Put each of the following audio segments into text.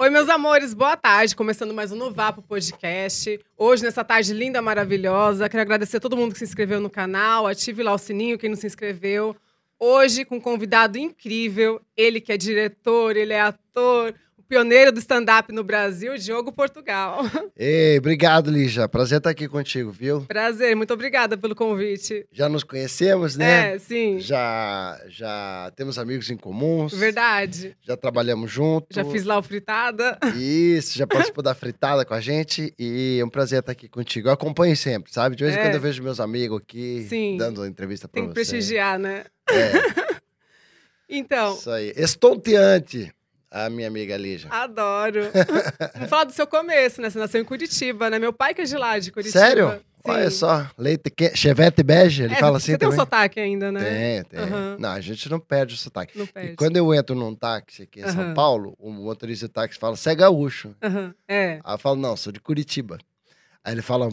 Oi, meus amores, boa tarde. Começando mais um Novapo Podcast. Hoje, nessa tarde linda, maravilhosa, quero agradecer a todo mundo que se inscreveu no canal. Ative lá o sininho, quem não se inscreveu. Hoje, com um convidado incrível, ele que é diretor, ele é ator, o pioneiro do stand-up no Brasil, Diogo Portugal. Ei, obrigado, Lígia. Prazer estar aqui contigo, viu? Prazer, muito obrigada pelo convite. Já nos conhecemos, né? É, sim. Já temos amigos em comuns. Verdade. Já trabalhamos juntos. Já fiz lá o Fritada. Isso, já participou da Fritada com a gente e é um prazer estar aqui contigo. Eu acompanho sempre, sabe? De vez em quando eu vejo meus amigos aqui, sim, dando entrevista pra você. Tem que prestigiar, né? É. Então. Isso aí. Estonteante, a minha amiga Lígia. Adoro. Vamos falar do seu começo, né? Você nasceu em Curitiba, né? Meu pai que é de lá, de Curitiba. Sério? Sim. Olha só, leite quente, chevette bege, ele fala assim você também. Você tem um sotaque ainda, né? Tem. Uhum. Não, a gente não perde o sotaque. Não perde. E quando eu entro num táxi aqui em São Paulo, o motorista de táxi fala, você é gaúcho. É. Aí eu falo, não, sou de Curitiba. Aí ele fala,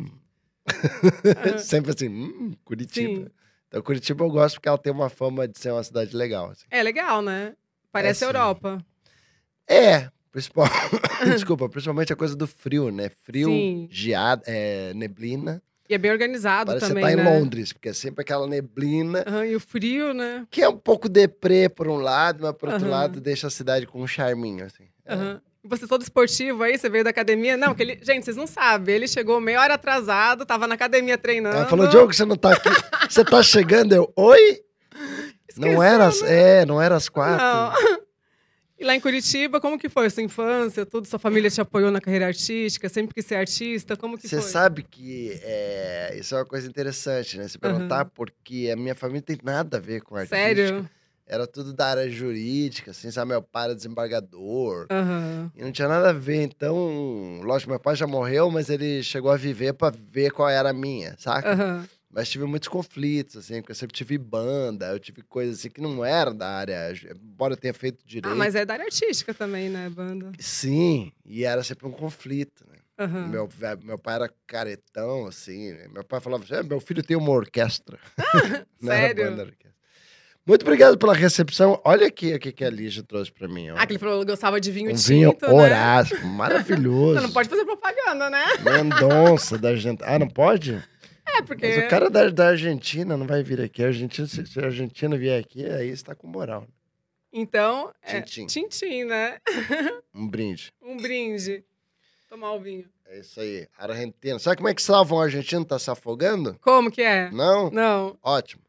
Sempre assim, Curitiba. Sim. Então, Curitiba eu gosto porque ela tem uma fama de ser uma cidade legal. Assim. É legal, né? Parece Europa. Principalmente a coisa do frio, né? Frio, sim, geada, neblina. E é bem organizado Parece também, que você tá né? em Londres, porque é sempre aquela neblina. E o frio, né? Que é um pouco deprê por um lado, mas por outro lado deixa a cidade com um charminho, assim. Você todo esportivo aí, você veio da academia. Não, que ele... Gente, vocês não sabem. Ele chegou meia hora atrasado, tava na academia treinando. Ela falou, Diogo, você não tá aqui. Você tá chegando? Eu, oi? Esqueceu, não era às 4. Não. E lá em Curitiba, como que foi a sua infância? Tudo, sua família te apoiou na carreira artística? Sempre quis ser artista? Como que foi? Você sabe que isso é uma coisa interessante, né? Se perguntar, porque a minha família tem nada a ver com artística. Sério? Era tudo da área jurídica, assim, sabe? Meu pai era desembargador. E não tinha nada a ver. Então, lógico, meu pai já morreu, mas ele chegou a viver pra ver qual era a minha, saca? Mas tive muitos conflitos, assim, porque eu sempre tive banda, eu tive coisas assim que não era da área, embora eu tenha feito direito. Mas é da área artística também, né, banda? Sim, e era sempre um conflito, né? Meu pai era caretão, assim, né? Meu pai falava assim, meu filho tem uma orquestra. Não sério? Era banda, era orquestra. Muito obrigado pela recepção. Olha aqui o que a Lígia trouxe pra mim. Ó. Que ele falou que gostava de vinho tinto, vinho Horácio, maravilhoso. Você não pode fazer propaganda, né? Mendonça, da Argentina. Ah, não pode? Porque... Mas o cara da Argentina não vai vir aqui. Se a Argentina vier aqui, aí você tá com moral. Então, Tintim, né? Um brinde. Um brinde. Tomar o vinho. É isso aí. Argentina. Sabe como é que salvam um argentino tá se afogando? Como que é? Não? Não. Ótimo.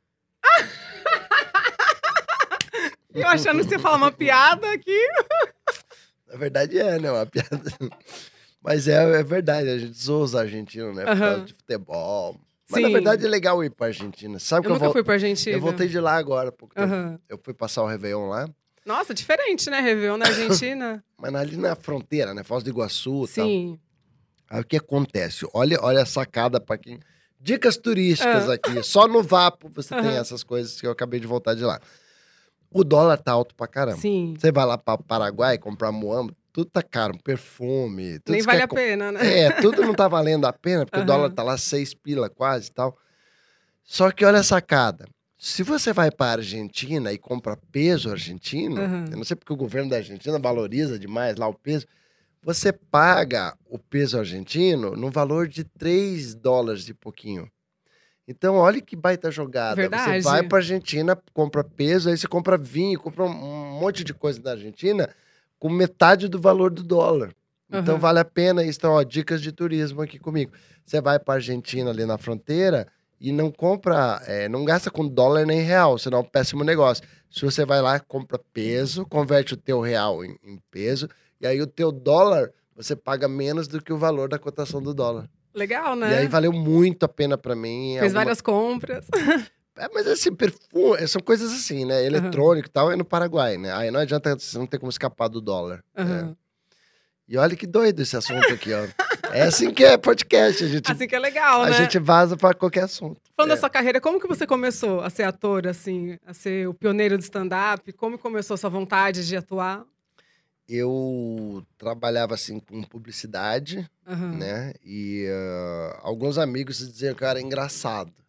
Eu achando que você fala uma piada aqui. Na verdade né? Uma piada. Mas é verdade, a gente zoa os argentinos, né? Por causa de futebol. Mas, na verdade, é legal ir pra Argentina. Sabe eu nunca fui pra Argentina. Eu voltei de lá agora, há pouco tempo. Eu fui passar o Réveillon lá. Nossa, diferente, né? Réveillon na Argentina. Mas ali na fronteira, né? Foz do Iguaçu e tal. Sim. Aí o que acontece? Olha a sacada pra quem... Dicas turísticas aqui. Só no Vapo você tem essas coisas que eu acabei de voltar de lá. O dólar tá alto pra caramba. Sim. Você vai lá pra Paraguai comprar muamba, tudo tá caro, perfume. Tudo nem vale a pena, né? Tudo não tá valendo a pena, porque o dólar tá lá 6 pila quase e tal. Só que olha a sacada. Se você vai pra Argentina e compra peso argentino, eu não sei porque o governo da Argentina valoriza demais lá o peso, você paga o peso argentino no valor de 3 dólares e pouquinho. Então, olha que baita jogada. Verdade. Você vai pra Argentina, compra peso, aí você compra vinho, compra um monte de coisa da Argentina com metade do valor do dólar. Então, vale a pena isso. Então, dicas de turismo aqui comigo. Você vai pra Argentina ali na fronteira e não compra, não gasta com dólar nem real, senão é um péssimo negócio. Se você vai lá, compra peso, converte o teu real em peso, e aí o teu dólar, você paga menos do que o valor da cotação do dólar. Legal, né? E aí valeu muito a pena pra mim. Fez várias compras. Mas assim, perfume, são coisas assim, né? Eletrônico e tal, é no Paraguai, né? Aí não adianta, você não tem como escapar do dólar. E olha que doido esse assunto aqui, ó. É assim que é podcast. Assim que é legal, né? A gente vaza pra qualquer assunto. Falando da sua carreira, como que você começou a ser ator, assim? A ser o pioneiro do stand-up? Como começou a sua vontade de atuar? Eu trabalhava, assim, com publicidade, né? E alguns amigos diziam que eu era engraçado.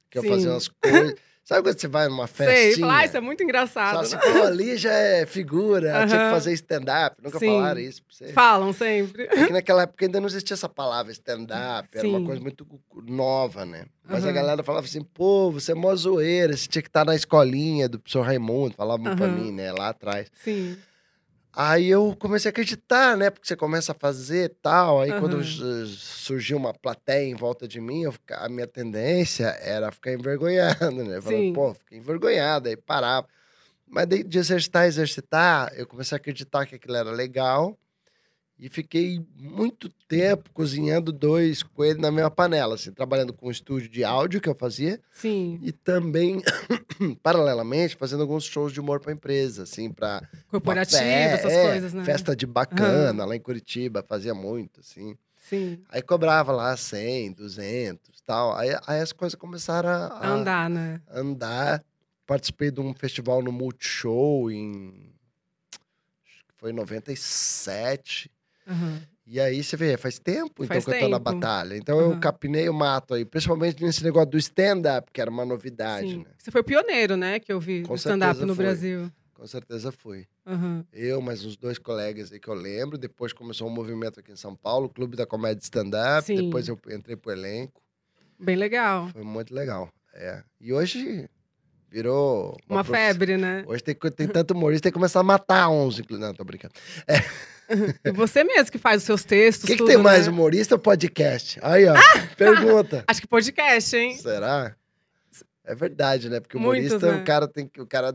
que eu Sim. fazia umas coisas. Sabe quando você vai numa festinha? Sei, fala, isso é muito engraçado. Só assim, pô, ali já é figura, tinha que Aham. fazer stand-up. Nunca Sim. falaram isso pra você? Falam sempre. É que naquela época ainda não existia essa palavra stand-up, era uma Sim. coisa muito nova, né? Mas a Aham. galera falava assim, pô, você é mó zoeira, você tinha que estar na escolinha do professor Raimundo, falavam pra Aham. mim, né, lá atrás. Sim. Aí eu comecei a acreditar, né? Porque você começa a fazer e tal. Aí quando Aham. surgiu uma plateia em volta de mim, a minha tendência era ficar envergonhado, né? Falando, Sim. pô, fiquei envergonhado, aí parava. Mas daí de exercitar, eu comecei a acreditar que aquilo era legal. E fiquei muito tempo cozinhando 2 coelhos na mesma panela, assim, trabalhando com um estúdio de áudio que eu fazia. Sim. E também, paralelamente, fazendo alguns shows de humor pra empresa, assim, pra... Corporativo, essas coisas, né? Festa de bacana, lá em Curitiba, fazia muito, assim. Sim. Aí cobrava lá 100, 200, tal. Aí as coisas começaram A andar, né? andar. Participei de um festival no Multishow acho que foi em 97. Aham. E aí você vê, faz tempo Faz então que eu tô na tempo. batalha. Então eu Aham. capinei o mato aí, principalmente nesse negócio do stand-up, que era uma novidade, Sim. né? Você foi pioneiro, né? Que eu vi Com do stand-up certeza no fui. Brasil. Com certeza fui. Aham. Eu, mais uns 2 colegas aí que eu lembro. Depois começou um movimento aqui em São Paulo, o Clube da Comédia Stand-Up. Depois Sim. eu entrei pro elenco. Bem legal. Foi muito legal. É. E hoje virou Uma febre, né? Hoje tem tanto humorista, tem que começar a matar uns, inclusive. Não, tô brincando. E você mesmo que faz os seus textos, O que tudo, tem mais, né? humorista ou podcast? Aí, ó, pergunta. Acho que podcast, hein? Será? É verdade, né? Porque o Muitos, humorista, né? o cara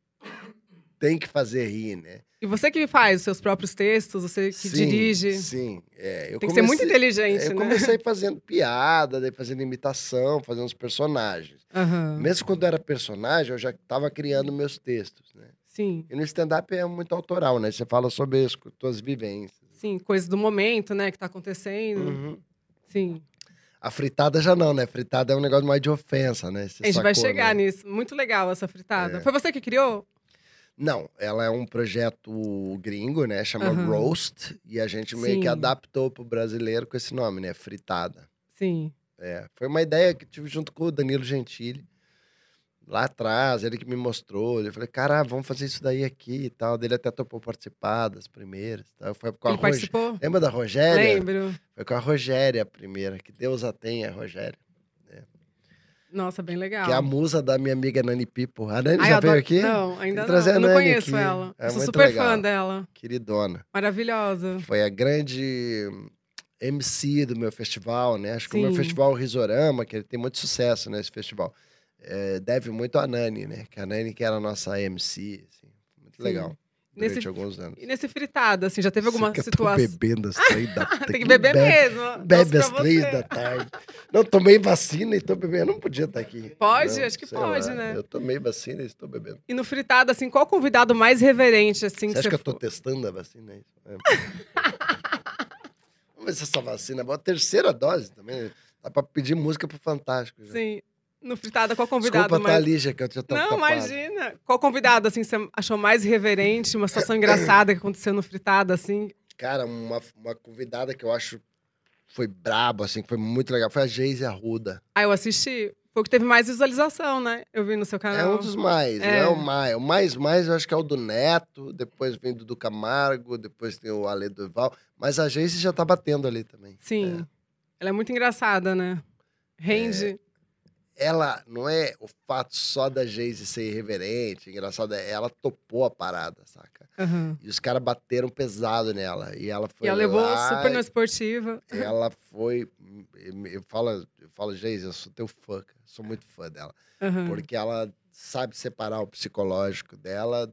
tem que fazer rir, né? E você que faz os seus próprios textos, você que dirige. Sim. Eu Tem que ser muito inteligente, eu né? comecei fazendo piada, daí fazendo imitação, fazendo os personagens. Aham. Mesmo quando era personagem, eu já estava criando meus textos, né? Sim. E no stand-up é muito autoral, né? Você fala sobre as tuas vivências. Sim, coisas do momento, né? Que tá acontecendo. Uhum. Sim. A fritada já não, né? Fritada é um negócio mais de ofensa, né? Você A gente vai sacou, chegar né? nisso. Muito legal essa fritada. É. Foi você que criou? Não, ela é um projeto gringo, né? Chama Aham. Roast. E a gente meio que Sim. adaptou pro brasileiro com esse nome, né? Fritada. Sim. Foi uma ideia que tive junto com o Danilo Gentili. Lá atrás, ele que me mostrou. Eu falei, cara, vamos fazer isso daí aqui e tal. Ele até topou participar das primeiras. Tá? Foi com a Ele participou? Lembra da Rogéria? Lembro. Foi com a Rogéria a primeira. Que Deus a tenha, Rogéria. Nossa, bem legal. Que é a musa da minha amiga Nani Pipo. A Nani Ai, já eu veio adoro- aqui? Não, ainda Tem que trazer não. a Eu não Nani conheço aqui. ela. É Eu sou muito super legal. fã dela. Queridona. Maravilhosa. Foi a grande MC do meu festival, né? Acho que o meu Sim. festival Risorama, que ele tem muito sucesso nesse festival, deve muito à Nani, né? Que a Nani que era a nossa MC, assim. Muito Sim. legal. Durante Nesse- alguns anos. E nesse fritado, assim, já teve alguma Sei que eu tô situação? bebendo às 3 da tarde. Tem que beber mesmo. Bebe Torço às pra 3 você. da tarde. Não, tomei vacina e tô bebendo. Eu não podia estar aqui. Pode? Não, Acho que sei pode, lá. né? Eu tomei vacina e estou bebendo. E no fritado, assim, qual convidado mais reverente, assim, Você acha que eu tô for? testando a vacina? É isso? Vamos ver se essa vacina é boa. Terceira dose também. Dá pra pedir música pro Fantástico. Já. Sim. No fritado, qual convidado Desculpa, mais... Thalígia, que eu já tô Não, tapado. imagina. Qual convidado, assim, você achou mais irreverente? Uma situação engraçada que aconteceu no fritado, assim? Cara, uma convidada que eu acho foi brabo, assim, que foi muito legal. Foi a Geise Arruda. Ah, eu assisti. Foi o que teve mais visualização, né? Eu vi no seu canal. É um dos mais, não é o mais. O mais eu acho que é o do Neto, depois vem do Camargo, depois tem o Ale Duval. Mas a Geise já tá batendo ali também. Sim. Ela é muito engraçada, né? Rende. Ela, não é o fato só da Geise ser irreverente, engraçada, ela topou a parada, saca? Aham. E os caras bateram pesado nela. E ela foi E ela levou lá, super na esportiva. ela foi... Eu falo, Geise, eu sou teu fã, cara. Sou muito fã dela. Aham. Porque ela sabe separar o psicológico dela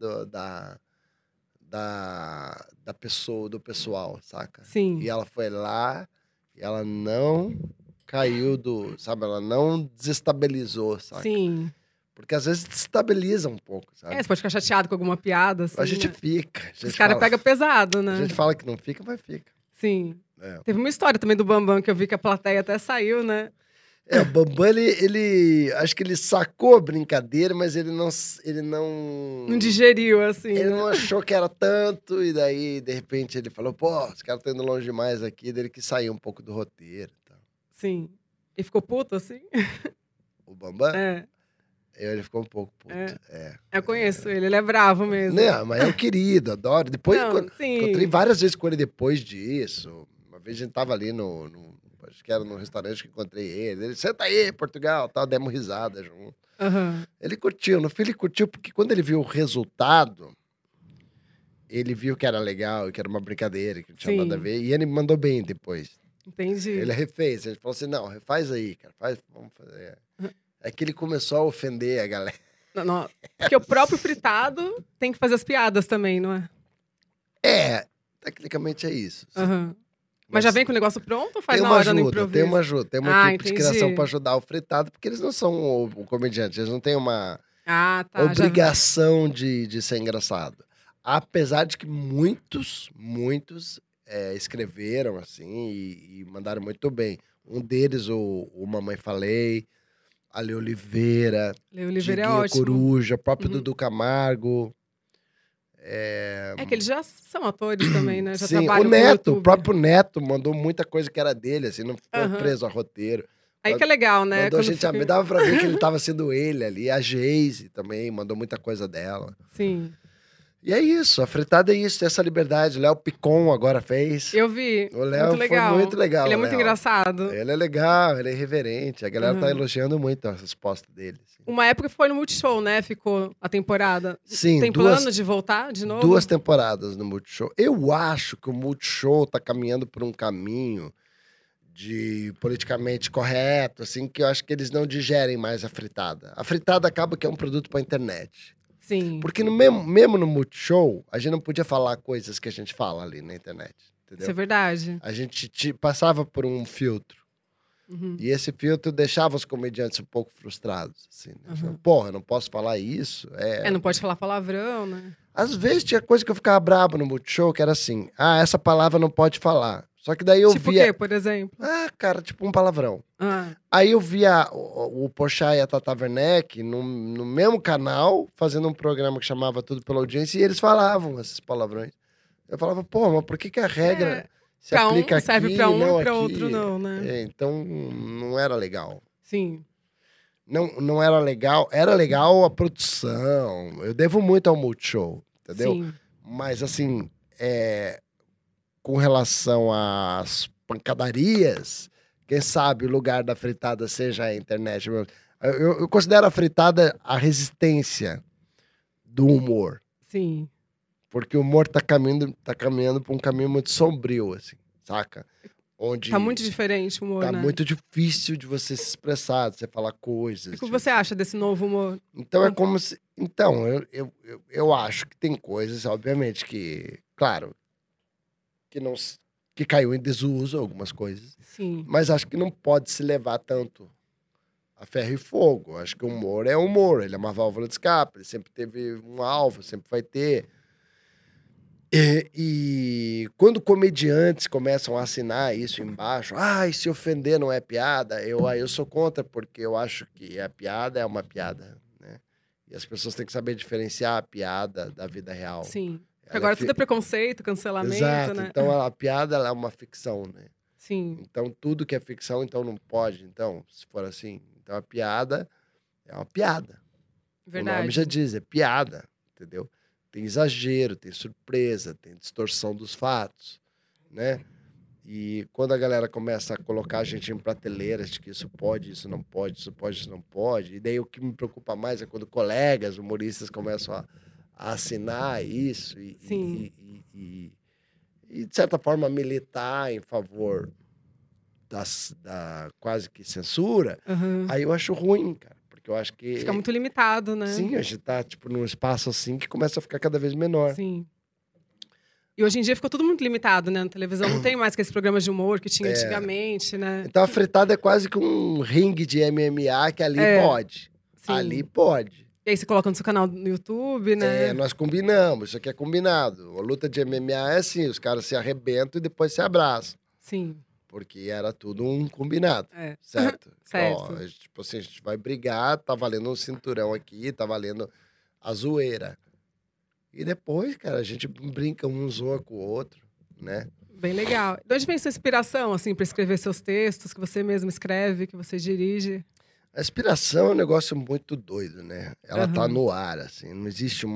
da pessoa, do pessoal, saca? Sim. E ela foi lá e ela não caiu sabe? Ela não desestabilizou, saca? Sim. Porque às vezes desestabiliza um pouco, sabe? É, você pode ficar chateado com alguma piada, assim, A gente né? fica. A gente Os caras fala- pegam pesado, A né? gente fala que não fica, mas fica. Sim. É. Teve uma história também do Bambam, que eu vi que a plateia até saiu, né? O Bambam, ele... Acho que ele sacou a brincadeira, mas ele não... Não digeriu, assim. Ele né? não achou que era tanto, e daí, de repente, ele falou, pô, os caras estão indo longe demais aqui, dele que saiu um pouco do roteiro e tal. Sim. E ficou puto, assim? o Bambam, É. ele ficou um pouco puto. Eu conheço ele é bravo mesmo. Não, mas é um querido, adoro. Depois, Não, sim. encontrei várias vezes com ele depois disso. Uma vez a gente tava ali acho que era num restaurante que encontrei ele. Ele, senta aí, Portugal, tal, demos risada junto. Aham. Ele curtiu, no fim ele curtiu, porque quando ele viu o resultado, ele viu que era legal, que era uma brincadeira, que não tinha Sim. nada a ver, e ele me mandou bem depois. Entendi. Ele refez, ele falou assim, não, refaz aí, cara, vamos fazer. É que ele começou a ofender a galera. Não, porque o próprio fritado tem que fazer as piadas também, não é? Tecnicamente é isso. Aham. Mas já vem com o negócio pronto ou faz tem na uma hora no ajuda, improviso? tem uma ajuda, tem uma equipe de entendi. criação para ajudar o fritado, porque eles não são o comediante, eles não têm uma Tá. obrigação de ser engraçado. Apesar de que muitos escreveram assim e mandaram muito bem. Um deles, o Mamãe Falei, a Lê Oliveira, Lê Oliveira é Diguinho ótimo. Coruja, próprio Dudu Camargo. É que eles já são atores também, né? Já Sim, trabalham o com Neto, o YouTube. próprio Neto mandou muita coisa que era dele, assim, não ficou Aham. preso a roteiro. Aí que é legal, né? Mandou Quando gente, fica- dava pra ver que ele tava sendo ele ali. A Geise também mandou muita coisa dela. Sim. E é isso, a fritada é isso, tem essa liberdade. Léo Picon agora fez. Eu vi. O Léo muito legal. foi muito legal. Ele é o muito Léo. engraçado. Ele é legal, ele é irreverente. A galera tá Uhum. elogiando muito a resposta dele. Assim. Uma época foi no Multishow, né? Ficou a temporada. Sim, Tem plano de voltar de novo? 2 temporadas no Multishow. Eu acho que o Multishow tá caminhando por um caminho de politicamente correto, assim, que eu acho que eles não digerem mais a fritada. A fritada acaba que é um produto pra internet. Sim. Porque mesmo no Multishow, a gente não podia falar coisas que a gente fala ali na internet, entendeu? Isso é verdade. A gente passava por um filtro. Uhum. E esse filtro deixava os comediantes um pouco frustrados, assim, né? Uhum. Porra, não posso falar isso? Não pode falar palavrão, né? Às vezes tinha coisa que eu ficava brabo no Multishow, que era assim, essa palavra não pode falar. Só que daí eu Tipo o via... quê, por exemplo? cara, tipo um palavrão. Ah, Aí eu via o Porchat e a Tata Werneck no mesmo canal, fazendo um programa que chamava Tudo Pela Audiência, e eles falavam esses palavrões. Eu falava, pô, mas por que a regra se pra aplica um aqui serve pra um não e pra aqui? outro não, né? Então, não era legal. Sim. Não era legal. Era legal a produção. Eu devo muito ao Multishow, entendeu? Sim. Mas, assim, com relação às pancadarias, quem sabe o lugar da fritada seja a internet. Eu considero a fritada a resistência do humor. Sim. Porque o humor tá caminhando por um caminho muito sombrio, assim, saca? Onde Tá muito diferente o humor, tá né? muito difícil de você se expressar, de você falar coisas. O que você acha desse novo humor? Então é como se... Então, eu acho que tem coisas, obviamente, que... Claro, que caiu em desuso algumas coisas. Sim. Mas acho que não pode se levar tanto a ferro e fogo. Acho que o humor é humor, ele é uma válvula de escape, ele sempre teve um alvo, sempre vai ter. E quando comediantes começam a assinar isso embaixo, e se ofender não é piada, eu sou contra, porque eu acho que a piada é uma piada, né? E as pessoas têm que saber diferenciar a piada da vida real. Sim. Ela Agora tudo é preconceito, cancelamento, Exato. né? Então a piada ela é uma ficção, né? Sim. Então tudo que é ficção, então não pode. Então, se for assim, então a piada é uma piada. Verdade. O nome já diz, é piada, entendeu? Tem exagero, tem surpresa, tem distorção dos fatos, né? E quando a galera começa a colocar a gente em prateleiras de que isso pode, isso não pode, isso pode, isso não pode, e daí o que me preocupa mais é quando colegas humoristas começam a assinar isso e, de certa forma, militar em favor da quase que censura, aí eu acho ruim, cara. Porque eu acho que... Fica muito limitado, né? Sim, a gente tá, num espaço assim que começa a ficar cada vez menor. Sim. E hoje em dia ficou tudo muito limitado, né? Na televisão não tem mais aqueles programas de humor que tinha antigamente, né? Então a fritada é quase que um ringue de MMA que ali pode. Sim. Ali pode. E aí você coloca no seu canal no YouTube, né? Nós combinamos, isso aqui é combinado. A luta de MMA é assim, os caras se arrebentam e depois se abraçam. Sim. Porque era tudo um combinado, certo? Certo. Tipo assim, a gente vai brigar, tá valendo um cinturão aqui, tá valendo a zoeira. E depois, cara, a gente brinca, um zoa com o outro, né? Bem legal. De onde vem sua inspiração, assim, para escrever seus textos, que você mesmo escreve, que você dirige? A inspiração é um negócio muito doido, né? Ela tá Aham. no ar, assim. Não existe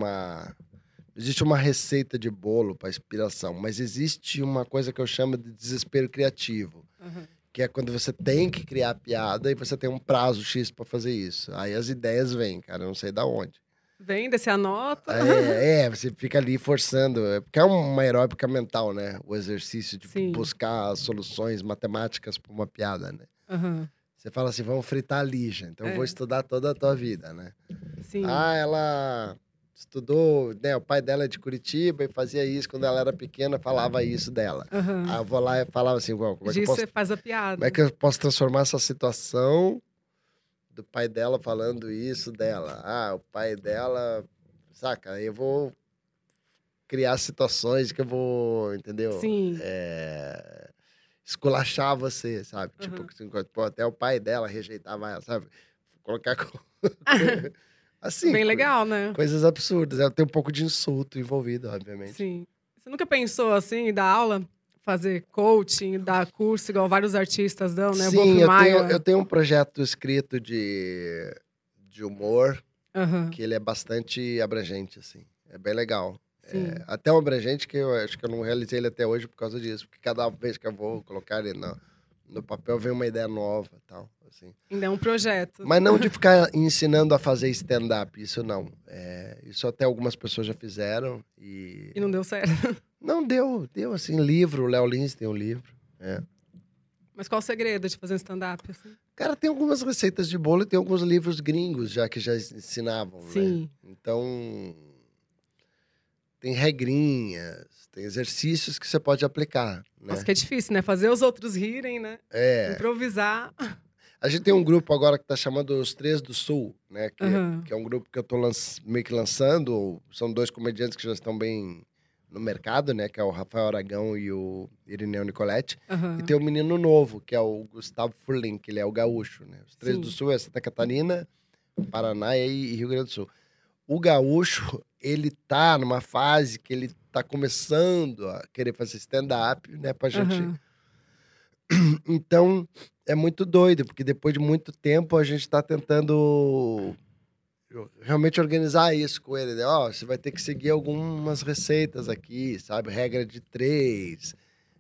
uma receita de bolo para inspiração, mas existe uma coisa que eu chamo de desespero criativo, Aham. que é quando você tem que criar piada e você tem um prazo X para fazer isso. Aí as ideias vêm, cara, eu não sei da onde. Vem, daí você anota. Você fica ali forçando, porque é uma aeróbica mental, né? O exercício de Sim. buscar soluções matemáticas para uma piada, né? Aham. Você fala assim, vamos fritar a lija, então eu vou estudar toda a tua vida, né? Sim. Ah, ela estudou, né? O pai dela é de Curitiba e fazia isso quando ela era pequena, falava isso dela. Aham. Aí eu vou lá e falava assim, como é que eu Disso posso, você faz a piada. como é que eu posso transformar essa situação do pai dela falando isso dela? Ah, o pai dela, saca? Aí eu vou criar situações que eu vou, entendeu? Sim. Esculachar você, sabe? Aham. Tipo, assim, pô, até o pai dela rejeitava ela, sabe? Colocar assim, Bem legal, né? coisas absurdas. Tem um pouco de insulto envolvido, obviamente. Sim. Você nunca pensou assim, em dar aula? Fazer coaching, dar curso, igual vários artistas dão, né? Sim, Wolf Maia. eu tenho um projeto escrito de humor, Aham. que ele é bastante abrangente, assim. É bem legal. Sim. Até um abrangente que eu acho que eu não realizei ele até hoje por causa disso. Porque cada vez que eu vou colocar ele no papel, vem uma ideia nova e tal, assim. Ainda é um projeto. Mas não de ficar ensinando a fazer stand-up, isso não. Isso até algumas pessoas já fizeram e... E não deu certo. Não, deu assim, livro, o Léo Lins tem um livro. Mas qual o segredo de fazer um stand-up? Assim? Cara, tem algumas receitas de bolo e tem alguns livros gringos já que já ensinavam, né? Sim. Então, tem regrinhas, tem exercícios que você pode aplicar, né? Nossa, que é difícil, né? Fazer os outros rirem, né? Improvisar. A gente tem um grupo agora que tá chamando Os Três do Sul, né? Aham. Que é um grupo que eu tô meio que lançando. São dois comediantes que já estão bem no mercado, né? Que é o Rafael Aragão e o Irineu Nicoletti. Aham. E tem um menino novo, que é o Gustavo Furlim, que ele é o gaúcho, né? Os Três Sim. do Sul é Santa Catarina, Paraná e Rio Grande do Sul. O gaúcho, ele tá numa fase que ele tá começando a querer fazer stand-up, né? Pra gente... Aham. Então, é muito doido, porque depois de muito tempo a gente tá tentando realmente organizar isso com ele, né? Ó, você vai ter que seguir algumas receitas aqui, sabe? Regra de 3,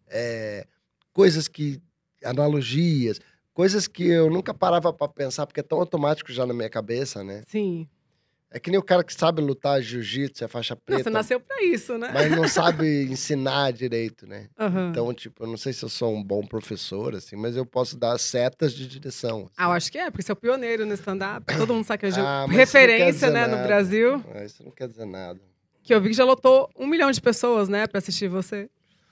coisas que... analogias, coisas que eu nunca parava pra pensar, porque é tão automático já na minha cabeça, né? Sim. É que nem o cara que sabe lutar jiu-jitsu, é faixa Não, preta, você nasceu pra isso, né? mas não sabe ensinar direito, né? Aham. Então, tipo, eu não sei se eu sou um bom professor, assim, mas eu posso dar setas de direção. Assim. Ah, eu acho que é, porque você é o pioneiro no stand-up. Todo mundo sabe que é Mas isso não quer referência, dizer né, no nada. Brasil. Isso não quer dizer nada. Que eu vi que já lotou 1 milhão de pessoas, né, pra assistir você.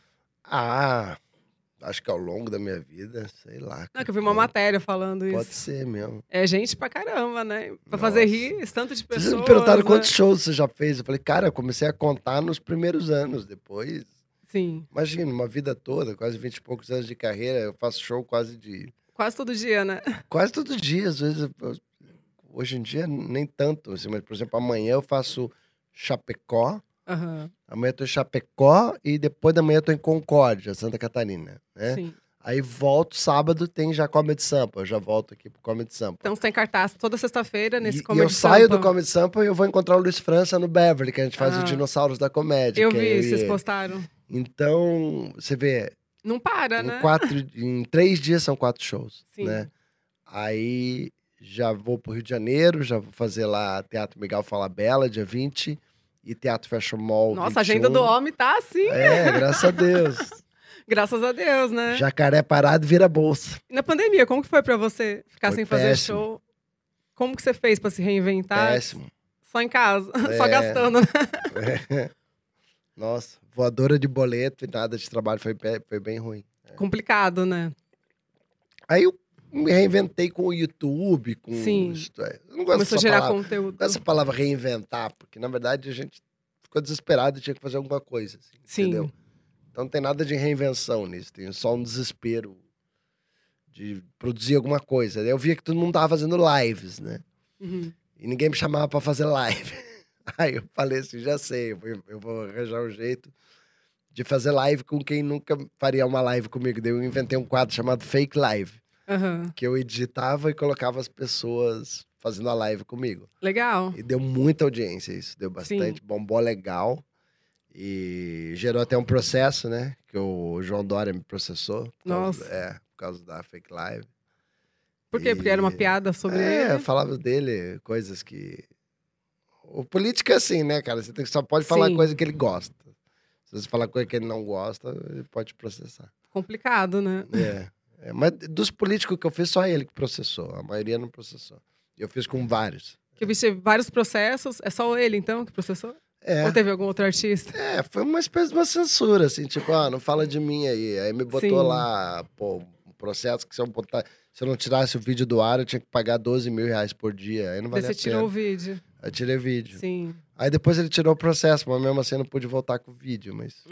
Ah, acho que ao longo da minha vida, sei lá. Não, que eu vi uma matéria falando isso. Pode ser mesmo. É gente pra caramba, né? Pra fazer Nossa. rir esse tanto de pessoas. Vocês me perguntaram né? quantos shows você já fez. Eu falei, cara, eu comecei a contar nos primeiros anos. Depois, Sim. imagina, uma vida toda, quase 20 e poucos anos de carreira, eu faço show quase todo dia, né? Quase todo dia, às vezes. Hoje em dia, nem tanto. Assim, mas, por exemplo, amanhã eu faço Chapecó. Aham. Amanhã eu tô em Chapecó e depois da manhã eu tô em Concórdia, Santa Catarina, né? Sim. Aí volto, sábado tem já Comedy Sampa. Eu já volto aqui pro Comedy Sampa. Então você tem cartaz toda sexta-feira nesse E Comedy eu saio Sampa. do Comedy Sampa e eu vou encontrar o Luiz França no Beverly, que a gente faz Ah. os Dinossauros da Comédia. Eu que é vi, e vocês ele. postaram. Então, você vê, Não para, né? em 3 dias são 4 shows, Sim. né? Aí já vou pro Rio de Janeiro, já vou fazer lá Teatro Miguel Falabella, dia 20, e Teatro Fashion Mall, Nossa, a 21. agenda do homem tá assim. Graças a Deus. Graças a Deus, né? Jacaré parado vira bolsa. E na pandemia, como que foi pra você ficar Foi sem fazer péssimo. show? Como que você fez pra se reinventar? Péssimo. Só em casa, só gastando, né? Nossa, voadora de boleto e nada de trabalho, foi bem ruim. Complicado, né? Aí eu me reinventei com o YouTube, com Sim. isso. Eu não gosto Começou a dessa gerar palavra. conteúdo. Essa palavra reinventar, porque na verdade a gente ficou desesperado e tinha que fazer alguma coisa, assim, Sim. entendeu? Então não tem nada de reinvenção nisso, tem só um desespero de produzir alguma coisa. Aí eu via que todo mundo tava fazendo lives, né? Uhum. E ninguém me chamava pra fazer live. Aí eu falei assim, já sei, eu vou arranjar um jeito de fazer live com quem nunca faria uma live comigo. Daí eu inventei um quadro chamado Fake Live. Aham. que eu editava e colocava as pessoas fazendo a live comigo. Legal. E deu muita audiência isso, deu bastante, bombou legal. E gerou até um processo, né? Que o João Dória me processou. Nossa. Por causa da fake live. Por quê? Porque era uma piada sobre ele? Falava dele coisas que... O político é assim, né, cara? Você só pode falar coisa que ele gosta. Se você falar coisa que ele não gosta, ele pode processar. Complicado, né? Mas dos políticos que eu fiz, só ele que processou. A maioria não processou. Eu fiz com vários. Que eu vi vários processos. É só ele, então, que processou? Ou teve algum outro artista? Foi uma espécie de uma censura, assim. Tipo, não fala de mim aí. Aí me botou lá, um processo que se eu não tirasse o vídeo do ar, eu tinha que pagar 12 mil reais por dia. Aí não valia a pena. Você tirou o vídeo. Eu tirei vídeo. Sim. Aí depois ele tirou o processo, mas mesmo assim eu não pude voltar com o vídeo.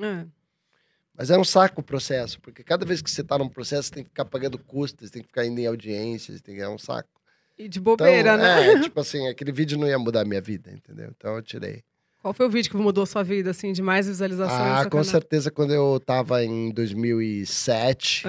Mas é um saco o processo, porque cada vez que você tá num processo, você tem que ficar pagando custos, tem que ficar indo em audiências, é um saco. E de bobeira, então, né? Tipo assim, aquele vídeo não ia mudar a minha vida, entendeu? Então eu tirei. Qual foi o vídeo que mudou a sua vida, assim, de mais visualizações? Com certeza quando eu tava em 2007,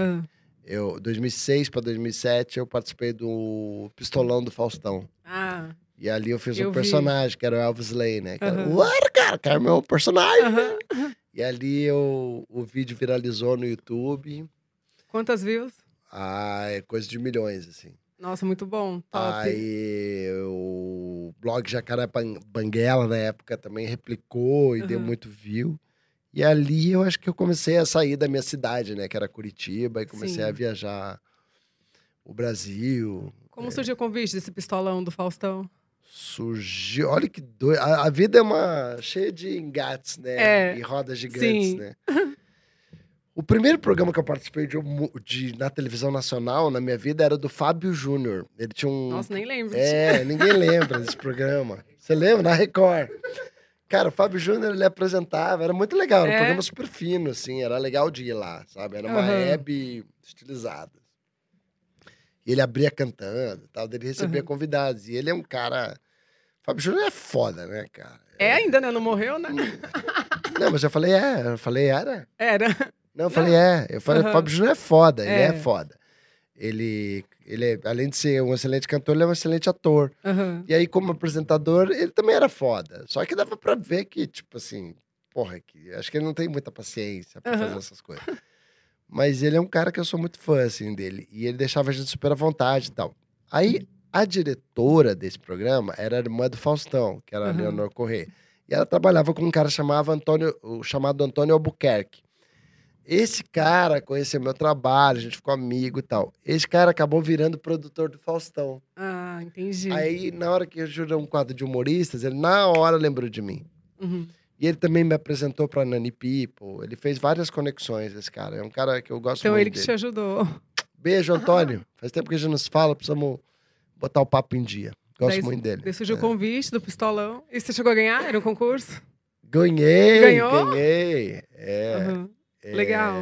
2006 pra 2007, eu participei do Pistolão do Faustão. E ali eu fiz um personagem, que era o Elvis Lay, né? Que era meu personagem, né? E ali o vídeo viralizou no YouTube. Quantas views? É coisa de milhões, assim. Nossa, muito bom. Top. Aí o blog Jacaré Banguela, na época, também replicou e deu muito view. E ali eu acho que eu comecei a sair da minha cidade, né? Que era Curitiba. E comecei a viajar o Brasil. Como surgiu o convite desse Pistolão do Faustão? Surgiu... Olha que doido. A vida é cheia de engates, né? E rodas gigantes, né? O primeiro programa que eu participei na televisão nacional, na minha vida, era do Fábio Júnior. Ele tinha um... Nossa, nem lembro. Ninguém lembra desse programa. Você lembra? Na Record. Cara, o Fábio Júnior, ele apresentava, era muito legal. Era um programa super fino, assim. Era legal de ir lá, sabe? Era uma web estilizada. E ele abria cantando e tal. Ele recebia convidados. E ele é um cara... O Fábio Júnior é foda, né, cara? Ainda, né? Não morreu, né? Não, mas eu falei, Eu falei, era? Era. Não, eu falei, Eu falei, o Fábio Júnior é foda, ele é foda. Ele além de ser um excelente cantor, ele é um excelente ator. E aí, como apresentador, ele também era foda. Só que dava pra ver que, tipo assim, acho que ele não tem muita paciência pra fazer essas coisas. Mas ele é um cara que eu sou muito fã, assim, dele. E ele deixava a gente super à vontade e tal. Aí, a diretora desse programa era a irmã do Faustão, que era a Leonor Corrêa. E ela trabalhava com um cara chamado Antônio Albuquerque. Esse cara conheceu meu trabalho, a gente ficou amigo e tal. Esse cara acabou virando produtor do Faustão. Entendi. Aí, na hora que eu jurei um quadro de humoristas, ele na hora lembrou de mim. E ele também me apresentou pra Nani People. Ele fez várias conexões, esse cara. É um cara que eu gosto muito dele. Então ele que te ajudou. Beijo, Antônio. Faz tempo que a gente não se fala, precisamos botar o papo em dia. Gosto muito dele. Daí surgiu o convite do Pistolão. E você chegou a ganhar? Era um concurso? Ganhei! Legal.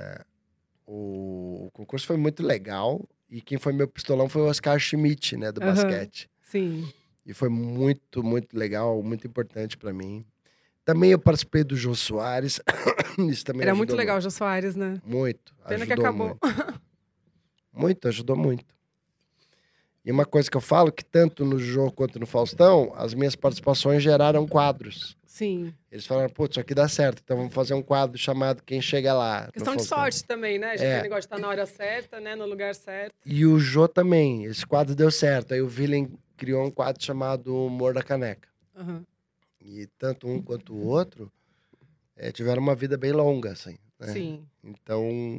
O concurso foi muito legal. E quem foi meu pistolão foi o Oscar Schmidt, né? Do basquete. Sim. E foi muito, muito legal, muito importante pra mim. Também eu participei do Jô Soares. Isso também era muito legal o Jô Soares, né? Muito. Pena que acabou. Muito, ajudou muito. E uma coisa que eu falo, que tanto no Jô quanto no Faustão, as minhas participações geraram quadros. Sim. Eles falaram, putz, isso aqui dá certo, então vamos fazer um quadro chamado Quem Chega Lá. Questão de sorte também, né? A gente tem negócio de estar na hora certa, né? No lugar certo. E o Jô também, esse quadro deu certo. Aí o Villain criou um quadro chamado Humor da Caneca. E tanto um quanto o outro tiveram uma vida bem longa, assim. Né? Sim. Então,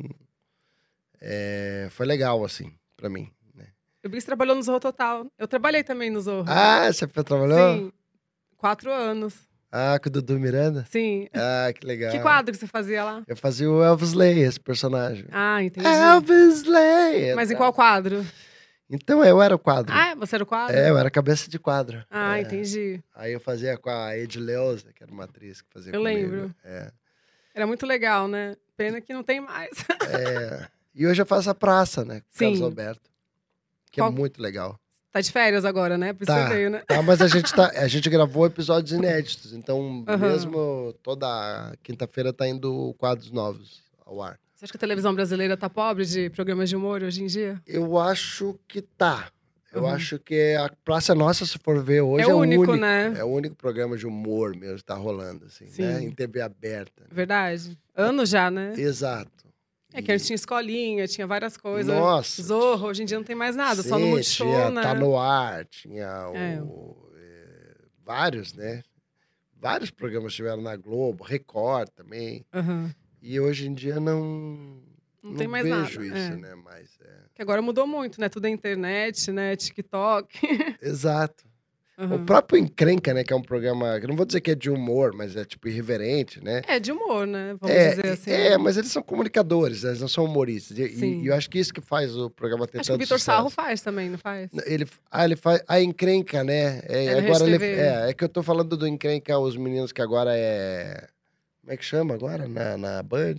foi legal, assim, pra mim. Né? Eu vi que você trabalhou no Zorro Total. Eu trabalhei também no Zorro. Você trabalhou? Sim. 4 anos. Com o Dudu Miranda? Sim. Que legal. Que quadro que você fazia lá? Eu fazia o Elvis Lay, esse personagem. Entendi. Elvis Lay! Mas em qual quadro? Então, eu era o quadro. Você era o quadro? Eu era cabeça de quadro. Entendi. Aí eu fazia com a Edileuza, que era uma atriz que fazia comigo. Eu lembro. Era muito legal, né? Pena que não tem mais. E hoje eu faço a praça, né? Com Sim. Carlos Alberto. Que é muito legal. Tá de férias agora, né? Por isso você veio, né? Mas a gente gravou episódios inéditos. Então, mesmo toda quinta-feira tá indo quadros novos ao ar. Você acha que a televisão brasileira tá pobre de programas de humor hoje em dia? Eu acho que tá. Eu Uhum. acho que a Praça Nossa, se for ver hoje, É o único, né? É o único programa de humor mesmo que tá rolando, assim, né? Sim. Em TV aberta. Né? Verdade. Anos já, né? Exato. É que antes tinha escolinha, tinha várias coisas. Nossa. Zorro, hoje em dia não tem mais nada, Sim, só no Multishow, tinha né? Tá No Ar, tinha É. vários, né? Vários programas tiveram na Globo, Record também. Uhum. E hoje em dia não tem mais vejo nada. isso, né? Mas, Que agora mudou muito, né? Tudo é internet, né? TikTok. Exato. Uhum. O próprio Encrenca, né? Que é um programa, que eu não vou dizer que é de humor, mas é tipo irreverente, né? É de humor, né? Vamos dizer assim. Mas eles são comunicadores, eles não são humoristas. E eu acho que isso que faz o programa ter Acho que o tanto Vitor sucesso. Sarro faz também, não faz? Ele faz a Encrenca, né? na Agora Rede TV. é que eu tô falando do Encrenca, os meninos que agora é... Como é que chama agora na Band?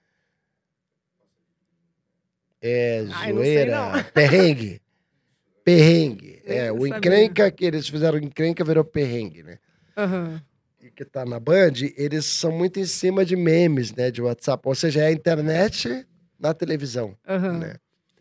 Ai, não sei, não. Zoeira, perrengue. Perrengue. Nem O sabia. Encrenca, que eles fizeram Encrenca, virou perrengue, né? Uhum. E que tá na Band, eles são muito em cima de memes, né? De WhatsApp. Ou seja, é a internet na televisão, Uhum. né?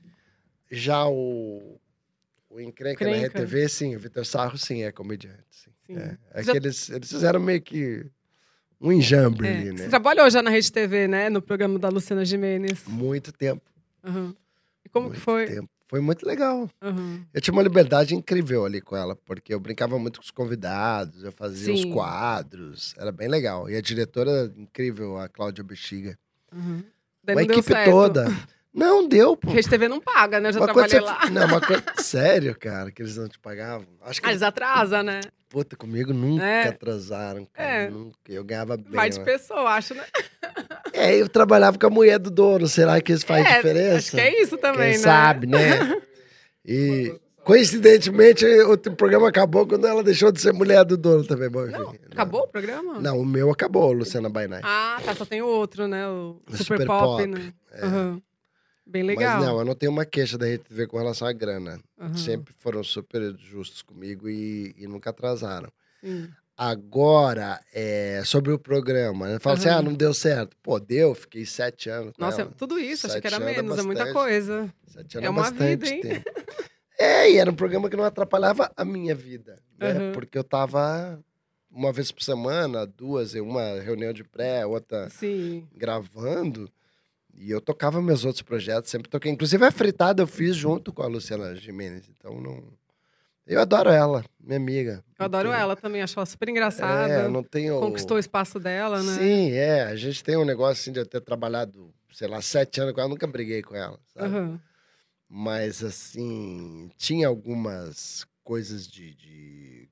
Já o Encrenca na Encrenca. RTV, sim. O Vitor Sarro, sim, é comediante. Sim. Sim. Que eles fizeram meio que um enjambre ali, né? Você trabalhou já na Rede TV, né? No programa da Luciana Gimenez. Muito tempo. Uhum. E como muito que foi? Tempo. Foi muito legal. Uhum. Eu tinha uma liberdade incrível ali com ela, porque eu brincava muito com os convidados, eu fazia os quadros, era bem legal. E a diretora incrível, a Cláudia Bexiga. Uhum. Daí A não deu equipe certo. toda. Não deu, pô. Rede TV não paga, né? Eu já trabalhei lá. Não, uma coisa... Sério, cara, que eles não te pagavam? Acho que eles atrasam, né? Puta, comigo nunca atrasaram, cara. Nunca. Eu ganhava bem. Vai de pessoa, acho, né? Eu trabalhava com a mulher do dono. Será que isso faz diferença? Acho que é isso também, Quem né? sabe, né? E, coincidentemente, o programa acabou quando ela deixou de ser mulher do dono também. Bom, enfim, não, acabou o programa? Não, o meu acabou, Luciana Bainai. Ah, tá. Só tem o outro, né? O Super Super Pop, Pop, né? Uhum. Bem legal. Mas não, eu não tenho uma queixa da Rede TV com relação à grana. Uhum. Sempre foram super justos comigo e nunca atrasaram. Sim. Agora, sobre o programa, né? Fala assim, não deu certo. Pô, deu, fiquei 7 anos. Nossa, tudo isso, achei que era menos, bastante, muita coisa. 7 anos é uma bastante vida, hein? tempo. E era um programa que não atrapalhava a minha vida, né? Uhum. Porque eu tava uma vez por semana, 2, em uma reunião de pré, outra gravando. E eu tocava meus outros projetos, sempre toquei. Inclusive a fritada eu fiz junto com a Luciana Gimenez. Então não... Eu adoro ela, minha amiga. Eu adoro ela também, acho ela super engraçada. Não tenho... Conquistou o espaço dela, né? Sim, a gente tem um negócio assim de eu ter trabalhado, sei lá, 7 anos com ela, nunca briguei com ela, sabe? Uhum. Mas, assim, tinha algumas coisas que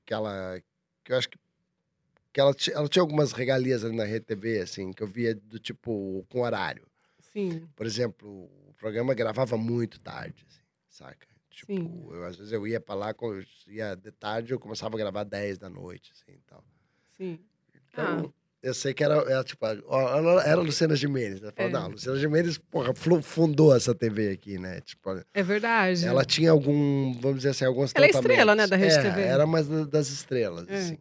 eu acho que ela tinha algumas regalias ali na Rede TV, assim, que eu via do tipo, com horário. Sim. Por exemplo, o programa gravava muito tarde, assim, saca? Tipo, Sim. Às vezes eu ia pra lá, ia de tarde, eu começava a gravar 10 da noite, assim, e tal. Sim. Então, eu sei que era tipo, era a Luciana Gimenez, né? Não, a Luciana Gimenez, porra, fundou essa TV aqui, né? Tipo, é verdade. Ela tinha vamos dizer assim, alguns tratamentos. Ela é estrela, né, da Rede TV. Era mais das estrelas, assim.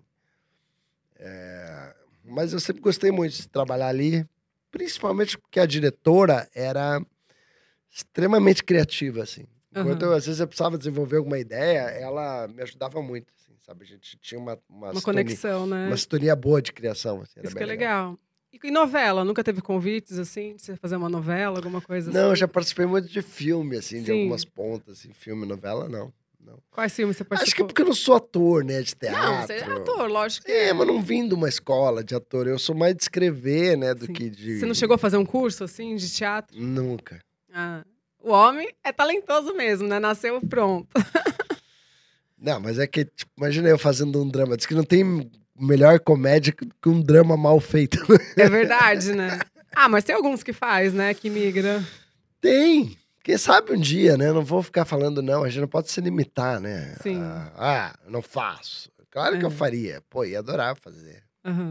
Mas eu sempre gostei muito de trabalhar ali, principalmente porque a diretora era extremamente criativa, assim. Enquanto às vezes eu precisava desenvolver alguma ideia, ela me ajudava muito, assim, sabe? A gente tinha uma conexão, né? Uma sintonia boa de criação, assim. Isso que é legal. E novela? Nunca teve convites, assim, de você fazer uma novela, alguma coisa assim? Não, eu já participei muito de filme, assim, de algumas pontas, assim, filme, novela, não. Quais filmes você participou? Acho que é porque eu não sou ator, né, de teatro. Não, você é ator, lógico que mas não vim de uma escola de ator. Eu sou mais de escrever, né, do que de... Você não chegou a fazer um curso, assim, de teatro? Nunca. O homem é talentoso mesmo, né? Nasceu pronto. Não, mas é que, tipo, imagina eu fazendo um drama. Diz que não tem melhor comédia que um drama mal feito. É verdade, né? Mas tem alguns que faz, né? Que migra. Tem. Quem sabe um dia, né? Não vou ficar falando, não. A gente não pode se limitar, né? Sim. Eu não faço. Claro que eu faria. Pô, ia adorar fazer.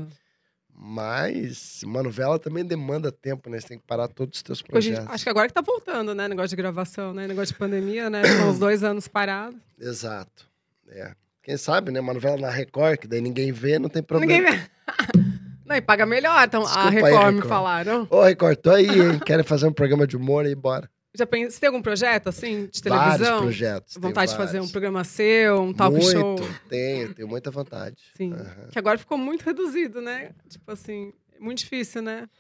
Mas uma novela também demanda tempo, né? Você tem que parar todos os teus projetos. Acho que agora que tá voltando, né? Negócio de gravação, né? Negócio de pandemia, né? Ficou uns 2 anos parados. Exato. Quem sabe, né? Uma novela na Record, que daí ninguém vê, não tem problema. Ninguém vê. Não, e paga melhor, então Desculpa a aí, Record me Record. falaram. Ô, Record, tô aí, hein? Querem fazer um programa de humor aí, bora. Você tem algum projeto, assim, de Vários televisão? projetos. tem Vontade de fazer um vários. programa seu, um talk Muito, show? tenho muita vontade. Sim. Aham. Que agora ficou muito reduzido, né? Tipo assim, muito difícil, né?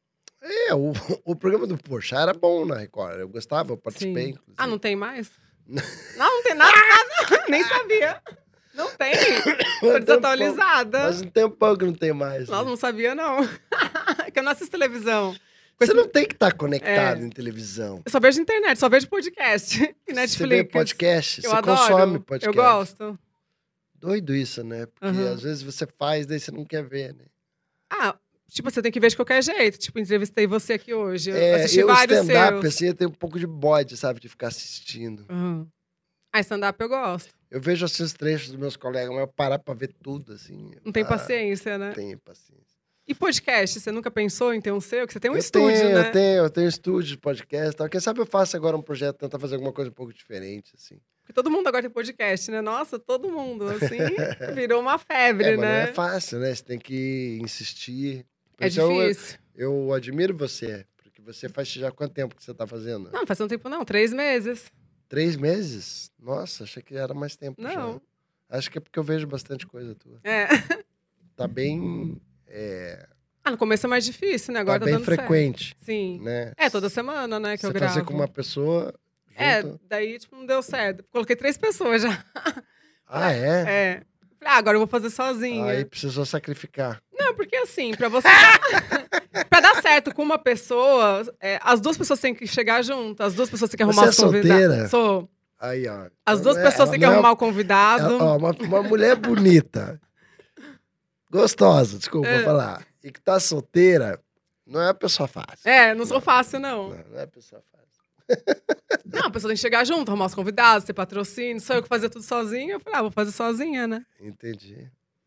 O programa do Porchat era bom na Record. Eu gostava, eu participei, Sim. inclusive. Ah, não tem mais? Não tem nada, nada. Nem sabia. Não tem. Tô desatualizada. Faz um tempão que não tem mais. Nossa, né? não sabia, não. Que eu não assisto televisão. Você não tem que estar conectado É. em televisão. Eu só vejo internet, só vejo podcast e Netflix. Você vê podcast, Eu você adoro. consome podcast. Eu gosto. Doido isso, né? Porque Aham. às vezes você faz, daí você não quer ver, né? Ah, tipo, você tem que ver de qualquer jeito. Tipo, entrevistei você aqui hoje. Eu É, assisti eu vários stand-up, seus. assim, eu tenho um pouco de bode, sabe? De ficar assistindo. Uhum. Ah, stand-up eu gosto. Eu vejo, assim, os trechos dos meus colegas, mas eu parar pra ver tudo, assim... Não tem paciência, né? Não tenho paciência. E podcast? Você nunca pensou em ter um seu? Que você tem um estúdio, né? Eu tenho estúdio de podcast e tal. Quem sabe eu faço agora um projeto, tentar fazer alguma coisa um pouco diferente, assim. Porque todo mundo agora tem podcast, né? Nossa, todo mundo, assim, virou uma febre, Mas não né? é fácil, né? Você tem que insistir. Por É isso eu- difícil. Eu admiro você, porque você faz já quanto tempo que você tá fazendo? Não, faz um tempo não, 3 meses. 3 meses? Nossa, achei que era mais tempo Não. já. Acho que é porque eu vejo bastante coisa tua. É. Tá bem... Ah, no começo é mais difícil, né? Agora tá tá bem dando frequente, certo. Sim. né? É, toda semana, né, que eu Você gravo. fazer com uma pessoa É, junto... daí, tipo, não deu certo. Coloquei 3 pessoas já. Ah, é? É. Falei, agora eu vou fazer sozinha. Aí precisou sacrificar. Não, porque assim, pra você... pra dar certo com uma pessoa, as 2 pessoas têm que chegar juntas. As 2 pessoas têm que arrumar Você os é convidados. solteira? Sou. Aí, ó. As 2 Ela pessoas têm que não é- arrumar o convidado. Ó, uma mulher bonita, gostosa, desculpa falar, e que tá solteira, não é uma pessoa fácil. É, não sou fácil, não. Não é pessoa fácil. Não, a pessoa tem que chegar junto, arrumar os convidados, ter patrocínio. Só eu que fazia tudo sozinha. Eu falei, vou fazer sozinha, né? Entendi.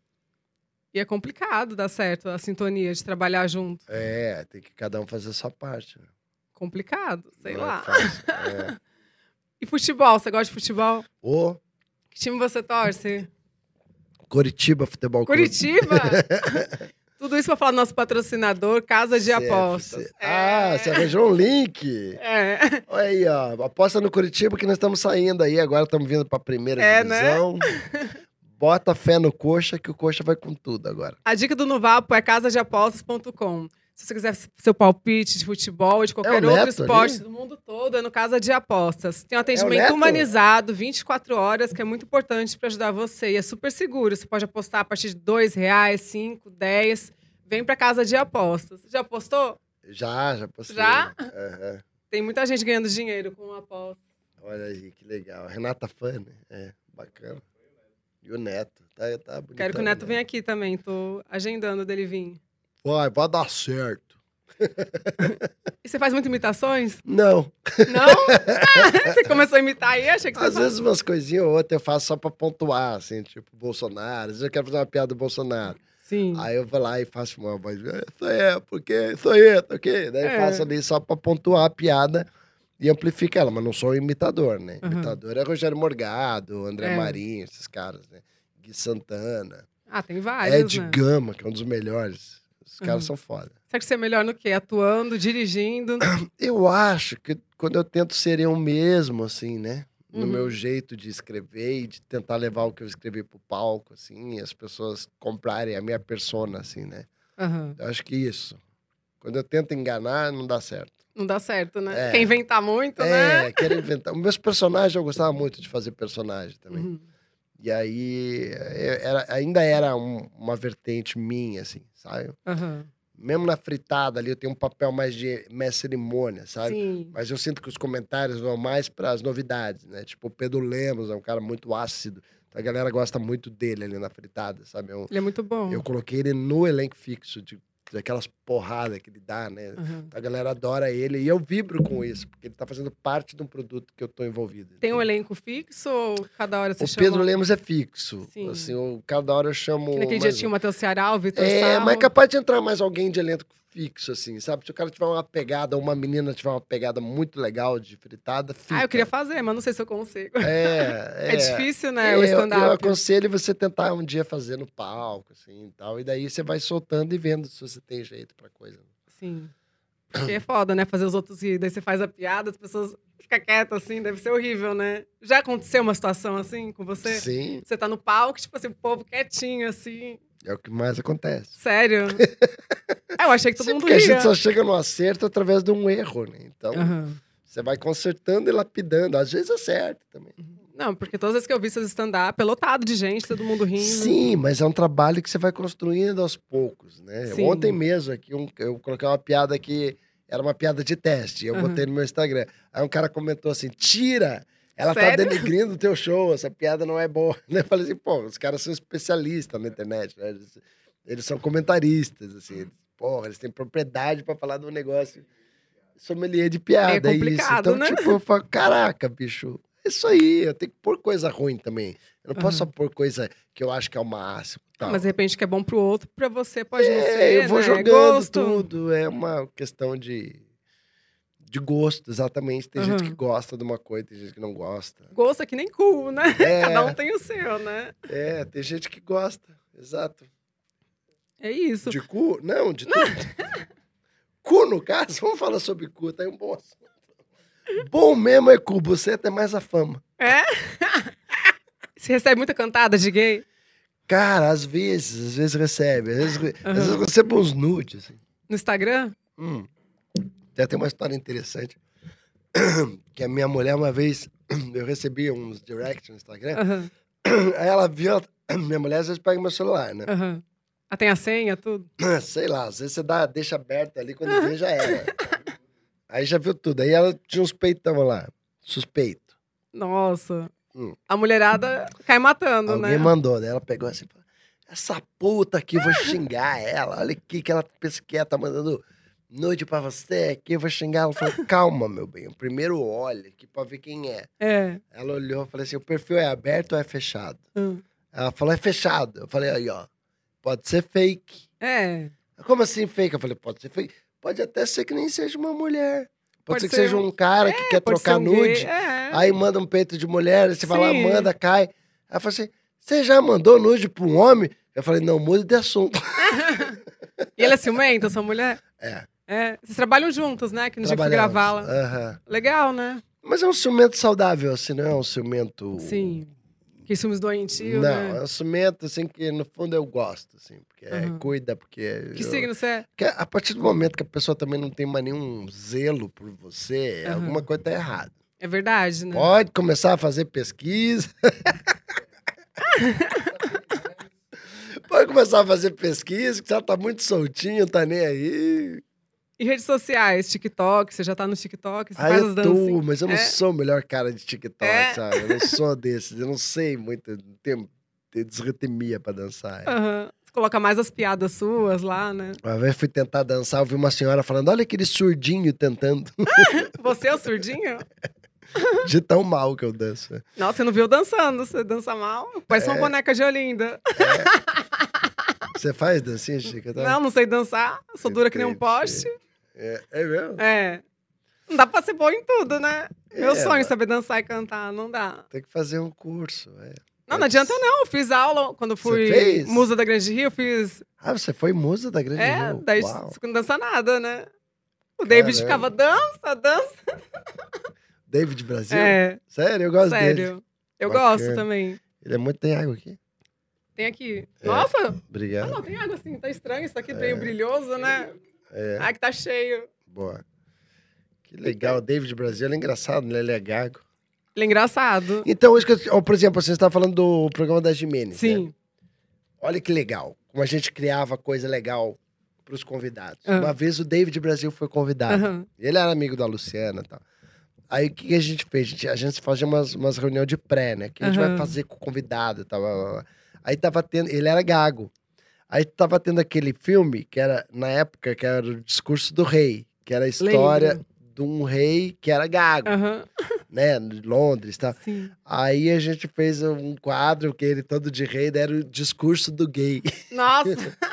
E é complicado dar certo a sintonia de trabalhar junto. É, tem que cada um fazer a sua parte. Né? Complicado, sei Não é lá. fácil, é. E futebol, você gosta de futebol? Ô, Que time você torce? Curitiba Futebol Clube. Curitiba? Tudo isso pra falar do nosso patrocinador, Casa de CFC. Apostas. Ah, você arranjou um link. É. Olha aí, ó. Aposta no Curitiba que nós estamos saindo aí. Agora estamos vindo pra primeira divisão. Bota fé no Coxa, que o Coxa vai com tudo agora. A dica do Nuvapo é casadeapostas.com. Se você quiser seu palpite de futebol ou de qualquer o outro Neto esporte ali? do mundo todo, é no Casa de Apostas. Tem um atendimento Neto? humanizado, 24 horas, que é muito importante para ajudar você. E é super seguro. Você pode apostar a partir de R$2, 5, 10. Vem para Casa de Apostas. Já apostou? Já postei. Já? Aham. Tem muita gente ganhando dinheiro com aposta. Olha aí, que legal. Renata Fã, né? É, bacana. E o Neto. Tá bonito. Quero que o Neto venha aqui também. Tô agendando dele vir. Vai dar certo. E você faz muitas imitações? Não. Não? Você começou a imitar aí? Achei que você Às vezes umas coisinhas ou outras eu faço só pra pontuar, assim, tipo, Bolsonaro. Às vezes eu quero fazer uma piada do Bolsonaro. Sim. Aí eu vou lá e faço uma voz, isso aí é, porque isso aí, tá ok? Daí eu faço ali só pra pontuar a piada e amplifica ela, mas não sou um imitador, né? Uhum. Imitador é Rogério Morgado, André É. Marinho, esses caras, né? Gui Santana, Ah, tem vários, Ed né? Gama, que é um dos melhores. Os caras Uhum. são foda. Você acha que você é melhor no quê? Atuando, dirigindo? Eu acho que quando eu tento ser eu mesmo, assim, né? No Uhum. meu jeito de escrever e de tentar levar o que eu escrevi pro palco, assim, e as pessoas comprarem a minha persona, assim, né? Aham. Eu acho que isso. Quando eu tento enganar, não dá certo. Não dá certo, né? É. Quer inventar muito, né? Quero inventar. Os meus personagens, eu gostava muito de fazer personagem também. Uhum. E aí, ainda era uma vertente minha, assim, sabe? Aham. Mesmo na fritada ali, eu tenho um papel mais de mestre cerimônia, sabe? Sim. Mas eu sinto que os comentários vão mais para as novidades, né? Tipo, o Pedro Lemos é um cara muito ácido. Então a galera gosta muito dele ali na fritada, sabe? Ele é muito bom. Eu coloquei ele no elenco fixo, daquelas porradas que ele dá, né? Uhum. A galera adora ele e eu vibro com isso, porque ele tá fazendo parte de um produto que eu tô envolvido. Tem um elenco fixo ou cada hora você O chama? Pedro Lemos é fixo. Sim. Assim, cada hora eu chamo. Que naquele mais dia tinha o Matheus Ceará, o Vitor É, Sarro. mas é capaz de entrar mais alguém de elenco fixo, assim, sabe? Se o cara tiver uma pegada, ou uma menina tiver uma pegada muito legal de fritada, fica. Eu queria fazer, mas não sei se eu consigo. É difícil, né, o eu stand-up. aconselho você tentar um dia fazer no palco, assim, e tal. E daí você vai soltando e vendo se você tem jeito pra coisa. Sim. Porque é foda, né? Fazer os outros rir. Daí você faz a piada, as pessoas ficam quietas, assim. Deve ser horrível, né? Já aconteceu uma situação assim com você? Sim, Você tá no palco, tipo assim, o povo quietinho, assim. é o que mais acontece. Sério? Eu achei que todo Sim, mundo porque a ria. gente só chega no acerto através de um erro, né? Então, Aham. você vai consertando e lapidando. Às vezes acerta também. Não, porque todas as vezes que eu vi seus stand-up, é lotado de gente, todo mundo rindo. Sim, mas é um trabalho que você vai construindo aos poucos, né? Sim. Ontem mesmo aqui, eu coloquei uma piada que era uma piada de teste. Eu botei no meu Instagram. Aí um cara comentou assim, tira! Ela Sério? tá denegrindo o teu show, essa piada não é boa. Eu falei assim, pô, os caras são especialistas na internet, né? Eles são comentaristas, assim. Porra, eles têm propriedade pra falar de um negócio sommelier de piada, É complicado, isso. Então, né? tipo, eu falo, caraca, bicho, é isso aí, eu tenho que pôr coisa ruim também. Eu não posso só pôr coisa que eu acho que é o máximo. Tal. Mas de repente que é bom pro outro, pra você pode não ser, eu vou né? jogando Gosto. tudo, é uma questão de gosto, exatamente. Tem gente que gosta de uma coisa, tem gente que não gosta. Gosto é que nem cu, né? É. Cada um tem o seu, né? Tem gente que gosta, exato. É isso. De cu? Não, de tudo. Cu, no caso, vamos falar sobre cu, tá aí um bom assunto. Bom mesmo é cu, buceta é mais a fama. É? Você recebe muita cantada de gay? Cara, às vezes recebe. Às vezes eu recebo uns nudes. Assim. No Instagram? Tem até uma história interessante. Que a minha mulher, uma vez, eu recebi uns direct no Instagram. Aí ela viu, minha mulher às vezes pega meu celular, né? Ah, tem a senha, tudo? Sei lá, às vezes você deixa aberto ali, quando vê já era. Aí já viu tudo. Aí ela tinha uns peitão lá, suspeito. Nossa. A mulherada cai matando, Alguém né? mandou, daí ela pegou assim, essa puta aqui, vou xingar ela. Olha aqui que ela pensa que tá mandando nude pra você aqui, eu vou xingar. Ela falou, calma, meu bem, o primeiro olha aqui pra ver quem é. Ela olhou, eu falei assim, o perfil é aberto ou é fechado? Ela falou, é fechado. Eu falei, aí ó, pode ser fake. Como assim fake? Eu falei, pode ser fake. Pode até ser que nem seja uma mulher. Pode ser que seja um cara que quer trocar nude. Aí manda um peito de mulher, aí você vai lá, manda, cai. Ela falou assim, você já mandou nude pra um homem? Eu falei, não, muda de assunto. E ela é ciumenta, sua mulher? É. Vocês trabalham juntos, né? Que no dia que fui gravá-la. Legal, né? Mas é um ciumento saudável, assim, não é um ciumento... Sim. Que ciúmes doentio, não, né? É um ciumento, assim, que no fundo eu gosto, assim. Porque cuida, porque... Que signo você é? Porque a partir do momento que a pessoa também não tem mais nenhum zelo por você, alguma coisa tá errada. É verdade, né? Pode começar a fazer pesquisa. Pode começar a fazer pesquisa, que já tá muito soltinho, tá nem aí. E redes sociais, TikTok, você já tá no TikTok, você faz as dancinhas. Mas eu não sou o melhor cara de TikTok, sabe? Eu não sou desses, eu não sei muito, tenho desritemia pra dançar. Você coloca mais as piadas suas lá, né? Uma vez fui tentar dançar, eu vi uma senhora falando, olha aquele surdinho tentando. Você é o surdinho? De tão mal que eu danço. Nossa, você não viu dançando, você dança mal? Parece uma boneca de Olinda. Você faz dancinha, Chica? Tá? Não sei dançar, sou dura que nem um poste. É mesmo? Não dá pra ser boa em tudo, né? Meu sonho é saber dançar e cantar, não dá. Tem que fazer um curso, Não adianta não, eu fiz aula quando eu fui musa da Grande Rio, eu fiz... você foi musa da Grande Rio? Daí você não dança nada, né? O David ficava, dança. David Brasil? Sério? Eu gosto dele. Eu gosto também. Ele é muito... Tem água aqui? Tem aqui. Nossa! Obrigado. Não, tem água assim, tá estranho isso aqui, meio brilhoso, né? Que tá cheio. Boa. Que legal, o David Brasil, ele é engraçado, né? Ele é gago. Ele é engraçado. Então, isso que por exemplo, você está falando do programa da Gimenez, Sim. Né? Olha que legal, como a gente criava coisa legal pros convidados. Uma vez o David Brasil foi convidado. Ele era amigo da Luciana e tal. Aí o que a gente fez? A gente fazia umas reuniões de pré, né? O que a gente vai fazer com o convidado e tal. Aí tava tendo... Ele era gago. Aí tava tendo aquele filme, que era, na época, que era o Discurso do Rei. Que era a história de um rei que era gago. Né? De Londres e tal. Sim. Aí a gente fez um quadro, que ele todo de rei, era o Discurso do Gay. Nossa!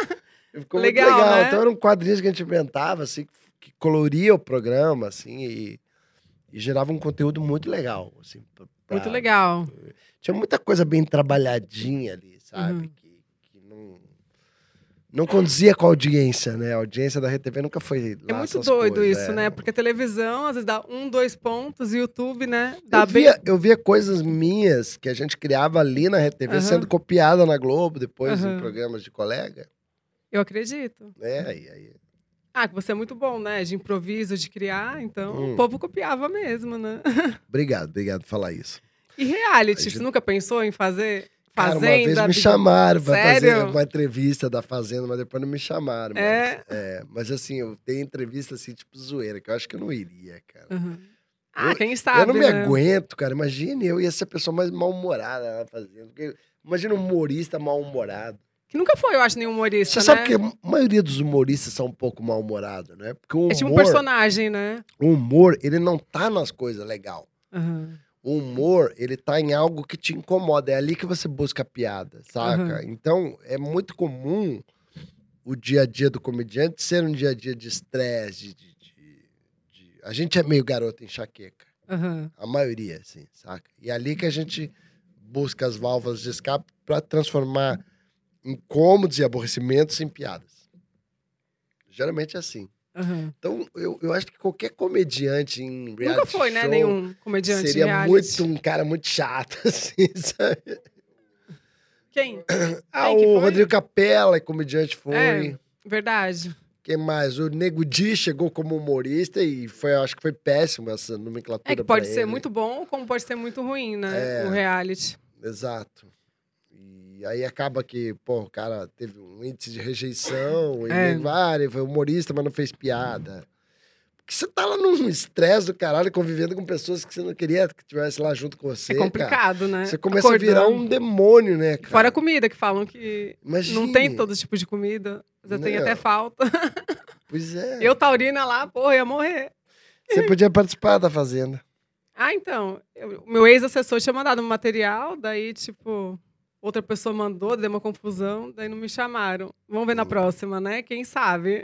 Ficou Legal, muito legal. né? Então eram quadrinhos que a gente inventava, assim, que coloria o programa, assim, e gerava um conteúdo muito legal, assim. Muito legal. Tinha muita coisa bem trabalhadinha ali, sabe? Uhum. Que não condizia com a audiência, né? A audiência da RTV nunca foi lá É muito essas doido coisas, isso, é. né? Porque a televisão, às vezes, dá 1, 2 pontos, e o YouTube, né? Dá Eu via coisas minhas que a gente criava ali na RTV Aham. sendo copiada na Globo, depois em Aham. programas de colega. Eu acredito. Né? E aí, Ah, que você é muito bom, né? De improviso, de criar, então o povo copiava mesmo, né? obrigado por falar isso. E reality, você nunca pensou em fazer Cara, Fazenda? uma vez me Big- chamaram pra fazer Sério? uma entrevista da Fazenda, mas depois não me chamaram. É? Mas assim, eu tenho entrevista assim, tipo zoeira, que eu acho que eu não iria, cara. Uhum. Ah, Eu- quem sabe, Eu não me né? aguento, cara. Imagine, eu ia ser a pessoa mais mal-humorada na Fazenda. Porque imagina um humorista mal-humorado. Que nunca foi, eu acho, nenhum humorista, Você sabe né? que a maioria dos humoristas são um pouco mal-humorados, né? Porque o É tipo um humor, personagem, né? o humor, ele não tá nas coisas legais. Uhum. O humor, ele tá em algo que te incomoda. É ali que você busca a piada, saca? Uhum. Então, é muito comum o dia a dia do comediante ser um dia a dia de estresse, A gente é meio garota enxaqueca. Uhum. A maioria, assim, saca? E é ali que a gente busca as válvulas de escape pra transformar incômodos e aborrecimentos em piadas. Geralmente é assim. Uhum. Então, eu acho que qualquer comediante em reality Nunca foi, né? show Nenhum comediante seria reality. um cara muito chato, assim, sabe? Quem? Ah, Quem que o foi? Rodrigo Capella, comediante, foi. É, verdade. Quem mais? O Nego Di chegou como humorista e foi, acho que foi péssimo essa nomenclatura É que pra pode ser ele. muito bom, como pode ser muito ruim, né? O reality. Exato. E aí acaba que, pô, o cara teve um índice de rejeição, e É. ele foi humorista, mas não fez piada. Porque você tá lá num estresse do caralho, convivendo com pessoas que você não queria que estivesse lá junto com você, É cara. complicado, né? Você começa a virar um demônio, né, cara? Fora a comida, que falam que Imagine. não tem todo tipo de comida. Você tem Não. até falta. Pois é. Eu, taurina lá, porra, ia morrer. Você podia participar da Fazenda. Ah, então. O meu ex-assessor tinha mandado um material, daí, tipo, outra pessoa mandou, deu uma confusão, daí não me chamaram. Vamos ver na próxima, né? Quem sabe?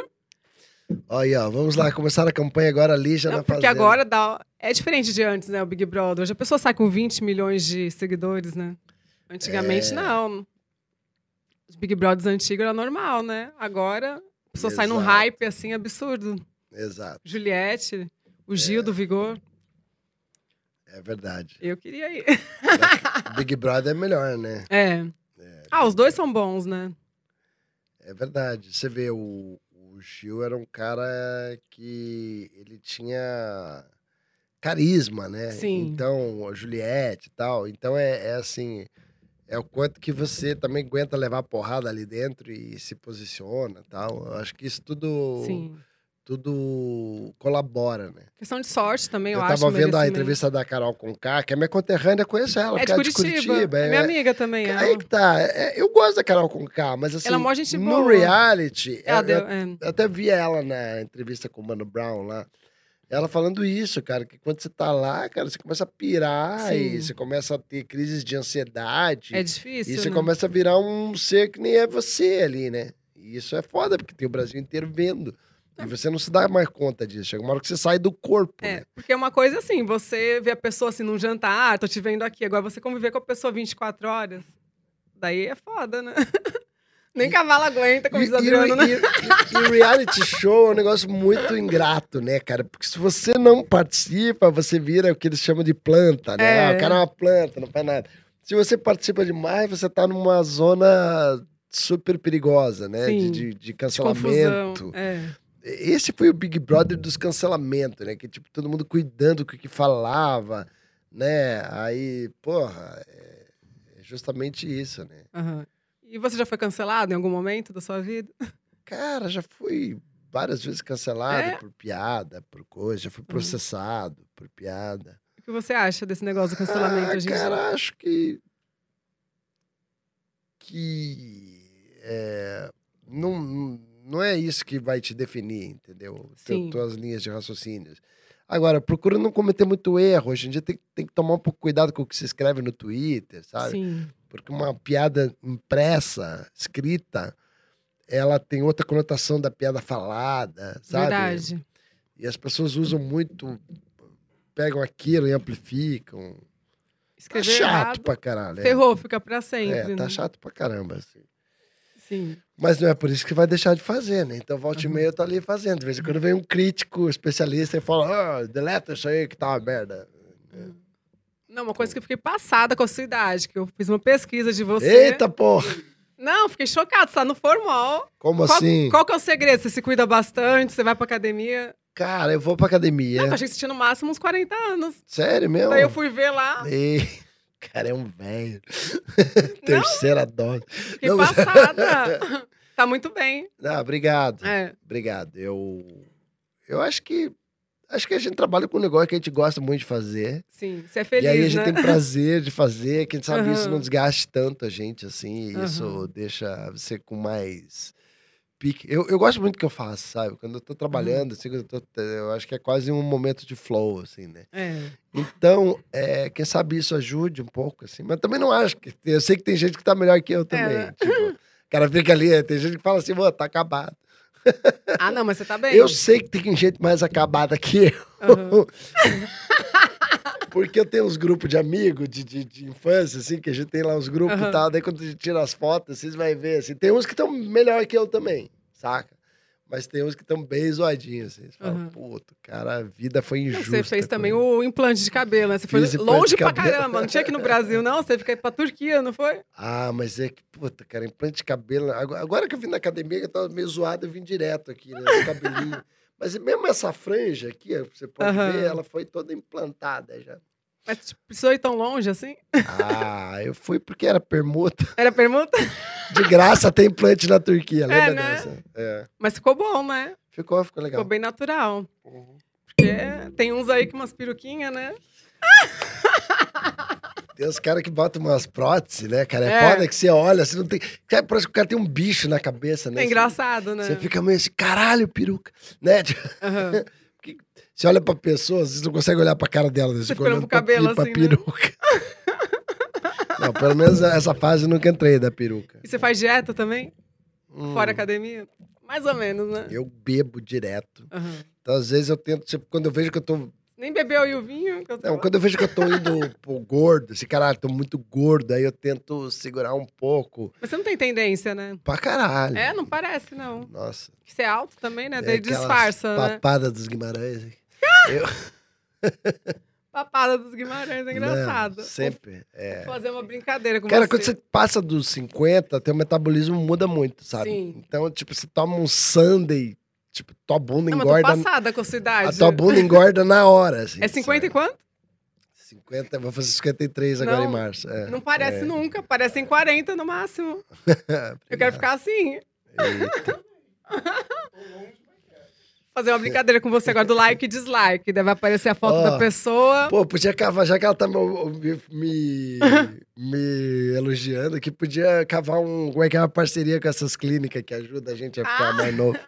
Aí, ó, vamos lá, começar a campanha agora ali já Não, na porque Fazenda. agora é diferente de antes, né? O Big Brother. Hoje a pessoa sai com 20 milhões de seguidores, né? Antigamente, não. Os Big Brothers antigos era normal, né? Agora, a pessoa sai num Exato. hype, assim, absurdo. Exato, Juliette, o Gil do Vigor. é verdade. Eu queria ir. Big Brother é melhor, né? É. Ah, os dois são bons, né? É verdade. Você vê, o Gil era um cara que ele tinha carisma, né? Sim. Então, a Juliette e tal. Então, é assim, é o quanto que você também aguenta levar porrada ali dentro e se posiciona e tal. Eu acho que isso Sim. tudo colabora, né? Questão de sorte também, eu Eu acho. tava vendo a merecimento. entrevista da Carol Conká, que é minha conterrânea, conheço ela, É de porque Curitiba. É minha amiga também. Aí Ela, que tá. Eu gosto da Carol Conká, mas assim, ela é mó gente no boa. reality, Ela eu deu, até vi ela na entrevista com o Mano Brown lá, ela falando isso, cara, que quando você tá lá, cara, você começa a pirar e Sim. você começa a ter crises de ansiedade. é difícil, E você né? começa a virar um ser que nem é você ali, né? E isso é foda, porque tem o Brasil inteiro vendo. E você não se dá mais conta disso. Chega uma hora que você sai do corpo, né? Porque é uma coisa assim, você vê a pessoa assim num jantar, tô te vendo aqui. Agora você conviver com a pessoa 24 horas, daí é foda, né? Nem cavalo aguenta, como diz o Adriano, né? E reality show é um negócio muito ingrato, né, cara? Porque se você não participa, você vira o que eles chamam de planta, né? Ah, o cara é uma planta, não faz nada. Se você participa demais, você tá numa zona super perigosa, né? Sim. De Confusão. cancelamento. Esse foi o Big Brother dos cancelamentos, né? Que, tipo, todo mundo cuidando do que falava, né? Aí, porra, é justamente isso, né? Aham. E você já foi cancelado em algum momento da sua vida? Cara, já fui várias vezes cancelado É? por piada, por coisa. Já fui processado por piada. O que você acha desse negócio do cancelamento hoje em dia? Cara, acho que não é isso que vai te definir, entendeu? Sim. Tuas linhas de raciocínio. Agora, procura não cometer muito erro. Hoje em dia tem que tomar um pouco cuidado com o que se escreve no Twitter, sabe? Sim. Porque uma piada impressa, escrita, ela tem outra conotação da piada falada, sabe? Verdade. E as pessoas usam muito, pegam aquilo e amplificam. Tá Escrever chato errado, pra caralho. ferrou, fica pra sempre, tá né? chato pra caramba, assim. Sim. Mas não é por isso que vai deixar de fazer, né? Então, volta e meia eu tô ali fazendo. De vez em quando vem um crítico especialista e fala, deleta isso aí que tá uma merda. Não, uma coisa que eu fiquei passada com a sua idade, que eu fiz uma pesquisa de você. Eita, porra! Não, fiquei chocada, você tá no formal. Como assim? Qual que é o segredo? Você se cuida bastante, você vai pra academia? Cara, eu vou pra academia. Não, eu achei que você tinha no máximo uns 40 anos. Sério mesmo? Daí eu fui ver lá. Cara, é um velho. Terceira dose. Fiquei passada. Tá muito bem. Não, obrigado. É. Obrigado. Eu acho que a gente trabalha com um negócio que a gente gosta muito de fazer. Sim, você é feliz, e aí a gente né? tem prazer de fazer, quem sabe isso Aham. não desgaste tanto a gente, assim. E isso Aham. deixa você com mais pique. Eu gosto muito do que eu faço, sabe? Quando eu tô trabalhando, assim, eu acho que é quase um momento de flow, assim, né? É. Então, quem sabe isso ajude um pouco, assim. Mas também não acho que... Eu sei que tem gente que tá melhor que eu também. né? Tipo, o cara fica ali, tem gente que fala assim, tá acabado. Ah, não, mas você tá bem. Eu sei que tem gente mais acabada que eu. Aham. Porque eu tenho uns grupos de amigos de infância, assim, que a gente tem lá uns grupos e tal. Daí quando a gente tira as fotos, vocês vão ver, assim. Tem uns que estão melhor que eu também, saca? Mas tem uns que estão bem zoadinhos, assim. Você fala, puto, cara, a vida foi injusta. Você fez também ele. o implante de cabelo, né? Você foi Fiz implante longe de pra cabelo. caramba. Não tinha aqui no Brasil, não? Você fica aí pra Turquia, não foi? Ah, mas é que, puta, cara, implante de cabelo... Agora que eu vim na academia, que eu tava meio zoado, eu vim direto aqui, né? O cabelinho. Mas mesmo essa franja aqui, ó, você pode ver, ela foi toda implantada já. Mas tipo, precisou ir tão longe assim? Ah, eu fui porque era permuta. Era pergunta? De graça tem implante na Turquia, lembra né? dessa? É. Mas ficou bom, né? Ficou legal. Ficou bem natural. Uhum. Porque tem uns aí com umas peruquinhas, né? Tem uns caras que botam umas próteses, né, cara? É foda que você olha, você não tem... Cara, parece que o cara tem um bicho na cabeça, né? É engraçado, né? Você fica meio assim, caralho, peruca, né? Uhum. Você olha pra pessoa, você não consegue olhar pra cara dela. Você fica olhando pro cabelo pra assim, peruca. Não, pelo menos essa fase eu nunca entrei da peruca. E você faz dieta também? Fora academia? Mais ou menos, né? Eu bebo direto. Uhum. Então, às vezes, eu tento, tipo, quando eu vejo que eu tô... Nem bebeu aí o vinho? Que eu tô... Não, quando eu vejo que eu tô indo pro gordo, esse caralho, tô muito gordo, aí eu tento segurar um pouco. Mas você não tem tendência, né? Pra caralho. É, não parece, não. Nossa. Que você é alto também, né? É Daí aquelas disfarça, né? papada dos Guimarães. Eu... Papada dos Guimarães, é engraçado. Não, sempre. Vou fazer uma brincadeira com Cara, você. quando você passa dos 50, teu metabolismo muda muito, sabe? Sim. Então, tipo, você toma um sundae, tipo, tua bunda Não, mas eu engorda... tô passada com a sua idade. A tua bunda engorda na hora, assim. É 50 sabe? e quanto? 50, vou fazer 53 agora em março. Não parece nunca, parece em 40 no máximo. Eu quero ficar assim. Eita. Fazer uma brincadeira com você agora do like e dislike. Daí vai aparecer a foto da pessoa. Pô, podia cavar, já que ela tá me elogiando, que podia cavar como é que é uma parceria com essas clínicas que ajudam a gente a ficar mais novo.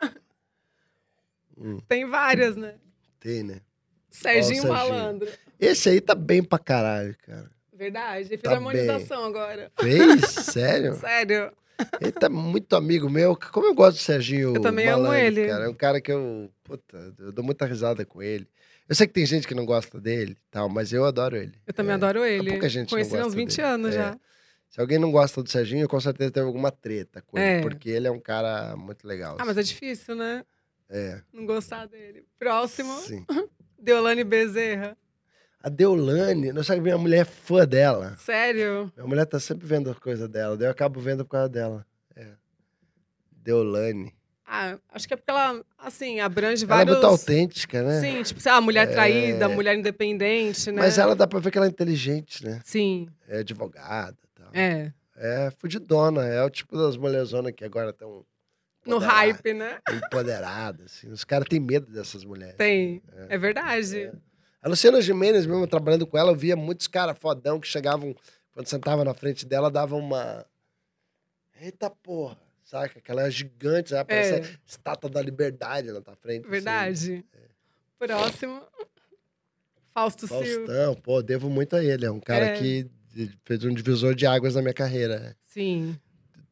Tem várias, né? Tem, né? Serginho Serginho. Malandro. Esse aí tá bem pra caralho, cara. Verdade. Fiz Tá harmonização agora. Fez? Sério? Sério. Ele tá muito amigo meu. Como eu gosto do Serginho Eu também Malandro, amo ele. cara. É um cara que eu dou muita risada com ele. Eu sei que tem gente que não gosta dele, tal, mas eu adoro ele. Eu também adoro ele. Pouca gente Conheci não ele há gosta uns 20 dele. anos já. Se alguém não gosta do Serginho, com certeza teve alguma treta com ele, porque ele é um cara muito legal. Ah, mas é difícil, né? Não gostar dele. Próximo. Sim. Deolane Bezerra. A Deolane, não sabe que minha mulher é fã dela. Sério? Minha mulher tá sempre vendo as coisas dela, daí eu acabo vendo por causa dela. Deolane. Ah, acho que é porque ela, assim, abrange Ela vários... é muito autêntica, né? Sim, tipo, mulher traída, mulher independente, né? Mas ela dá pra ver que ela é inteligente, né? Sim. É advogada e tal. É Fudidona. É o tipo das mulherzonas que agora estão... No hype, né? Empoderadas, assim. Os caras têm medo dessas mulheres. Tem. É verdade. A Luciana Gimenez, mesmo trabalhando com ela, eu via muitos caras fodão que chegavam, quando sentava na frente dela, davam uma... Eita porra! Saca? Que ela é gigante, ela parece a estátua da liberdade na tua frente. Verdade. Assim. Próximo. Fausto Silva. Faustão, pô, devo muito a ele. É um cara que fez um divisor de águas na minha carreira. Sim.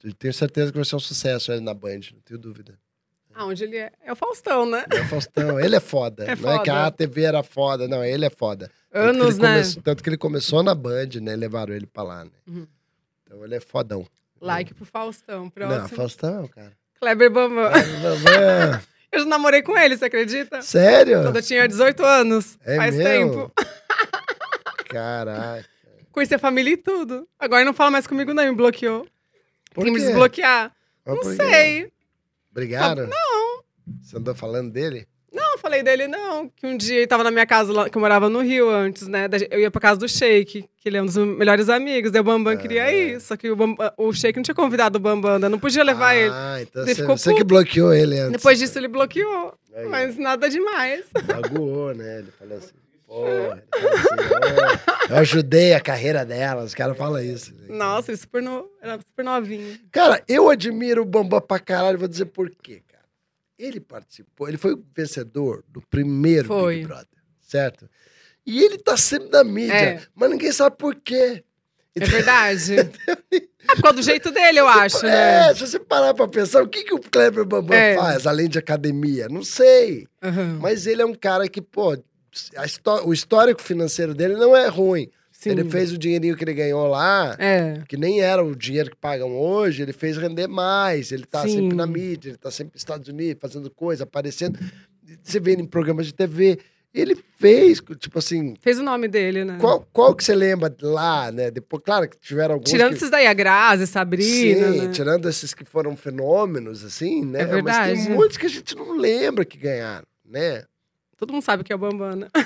E tenho certeza que vai ser um sucesso ele na Band, não tenho dúvida. Onde ele é? É o Faustão, né? É o Faustão, ele é foda. É não é que foda. a TV era foda, não, ele é foda. Anos, né? Tanto que ele começou na Band, né? Levaram ele pra lá, né? Uhum. Então ele é fodão. Like pro Faustão. Não, Próximo. Faustão, cara. Kleber Bambam. Eu já namorei com ele, você acredita? Sério? Quando eu tinha 18 anos. É Faz mesmo? tempo. Caraca. Conheci a família e tudo. Agora ele não fala mais comigo, não. Me bloqueou. Por Tem que me quê? desbloquear. Mas Não por quê? sei. Brigaram? Não. Você andou falando dele? Não, falei dele, não. Que um dia ele tava na minha casa, lá, que eu morava no Rio antes, né? Eu ia pra casa do Sheik, que ele é um dos meus melhores amigos. Daí o Bambam queria ir. Só que o Sheik não tinha convidado o Bambam, eu não podia levar ele. Ah, então Ele ficou você que puto. bloqueou ele antes. Depois disso ele bloqueou. Aí, Mas nada demais. magoou, né? Ele falou assim, pô, ele falou assim, "Ô, eu ajudei a carreira dela, os caras falam isso. Né? Nossa, ele era super novinho. Cara, eu admiro o Bambam pra caralho, vou dizer por quê, cara. Ele participou, ele foi o vencedor do primeiro Foi. Big Brother, certo? E ele tá sempre na mídia, É. mas ninguém sabe por quê. É verdade. É por causa do jeito dele, eu acho, né? Se você parar pra pensar, o que o Kleber Bambam É. faz, além de academia? Não sei. Uhum. Mas ele é um cara que, pô, o histórico financeiro dele não é ruim. Sim. Ele fez o dinheirinho que ele ganhou lá, É. que nem era o dinheiro que pagam hoje, ele fez render mais. Ele tá Sim. sempre na mídia, ele tá sempre nos Estados Unidos, fazendo coisa, aparecendo. Você vê ele em programas de TV. Ele fez, tipo assim... Fez o nome dele, né? Qual que você lembra lá, né? Depois, claro que tiveram alguns Tirando que... esses daí, a Grazi, Sabrina, Sim, né? tirando esses que foram fenômenos, assim, né? É verdade. Mas tem muitos que a gente não lembra que ganharam, né? Todo mundo sabe que é o Bambam, né?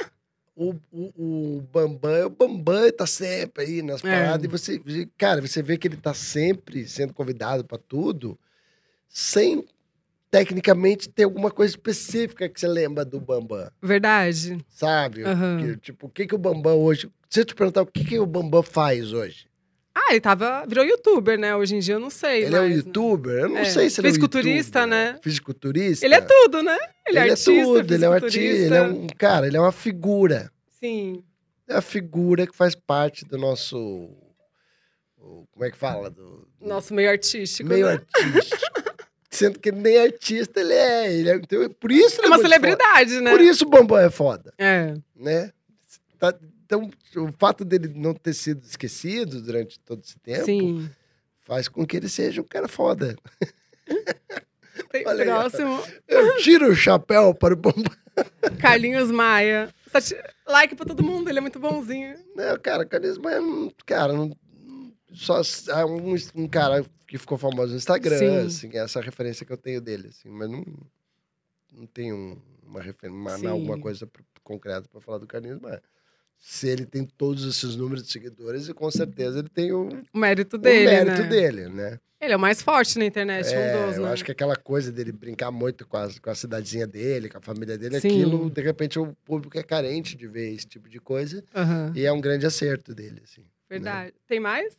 O Bambam tá sempre aí nas paradas. E você vê que ele tá sempre sendo convidado pra tudo, sem, tecnicamente, ter alguma coisa específica que você lembra do Bambam, Verdade. sabe? Aham. Tipo, o que o Bambam hoje... Se eu te perguntar o que o Bambam faz hoje? Ele virou youtuber, né? Hoje em dia eu não sei. Ele é um mais, né? youtuber? Eu não É. sei se ele é um Fisiculturista, youtuber. né? Fisiculturista? Ele é tudo, né? Ele é artista, é tudo, ele é um artista, fisiculturista. ele é um cara, ele é uma figura. Sim. É a figura que faz parte do nosso... como é que fala? Do Nosso meio artístico, meio né? artístico. Sendo que nem artista ele é. Então, por isso ele É uma muito celebridade, foda. né? Por isso o Bambam é foda, É. né? Então, o fato dele não ter sido esquecido durante todo esse tempo Sim. faz com que ele seja um cara foda. Tem Olha aí, ó. próximo. Eu tiro o chapéu para o Bambam. Carlinhos Maia. Like pra todo mundo, ele é muito bonzinho. Não, cara, Carisma é um cara, só é um cara que ficou famoso no Instagram, Sim. assim, essa referência que eu tenho dele, assim, mas não tenho uma referência, Sim. alguma coisa concreta para falar do Carisma. Se ele tem todos esses números de seguidores, e com certeza ele tem o mérito dele, mérito né? dele, né? Ele é o mais forte na internet, um dos, Eu né? acho que aquela coisa dele brincar muito com a cidadezinha dele, com a família dele, Sim. aquilo, de repente, o público é carente de ver esse tipo de coisa, Aham. e é um grande acerto dele, assim. Verdade. Tem mais?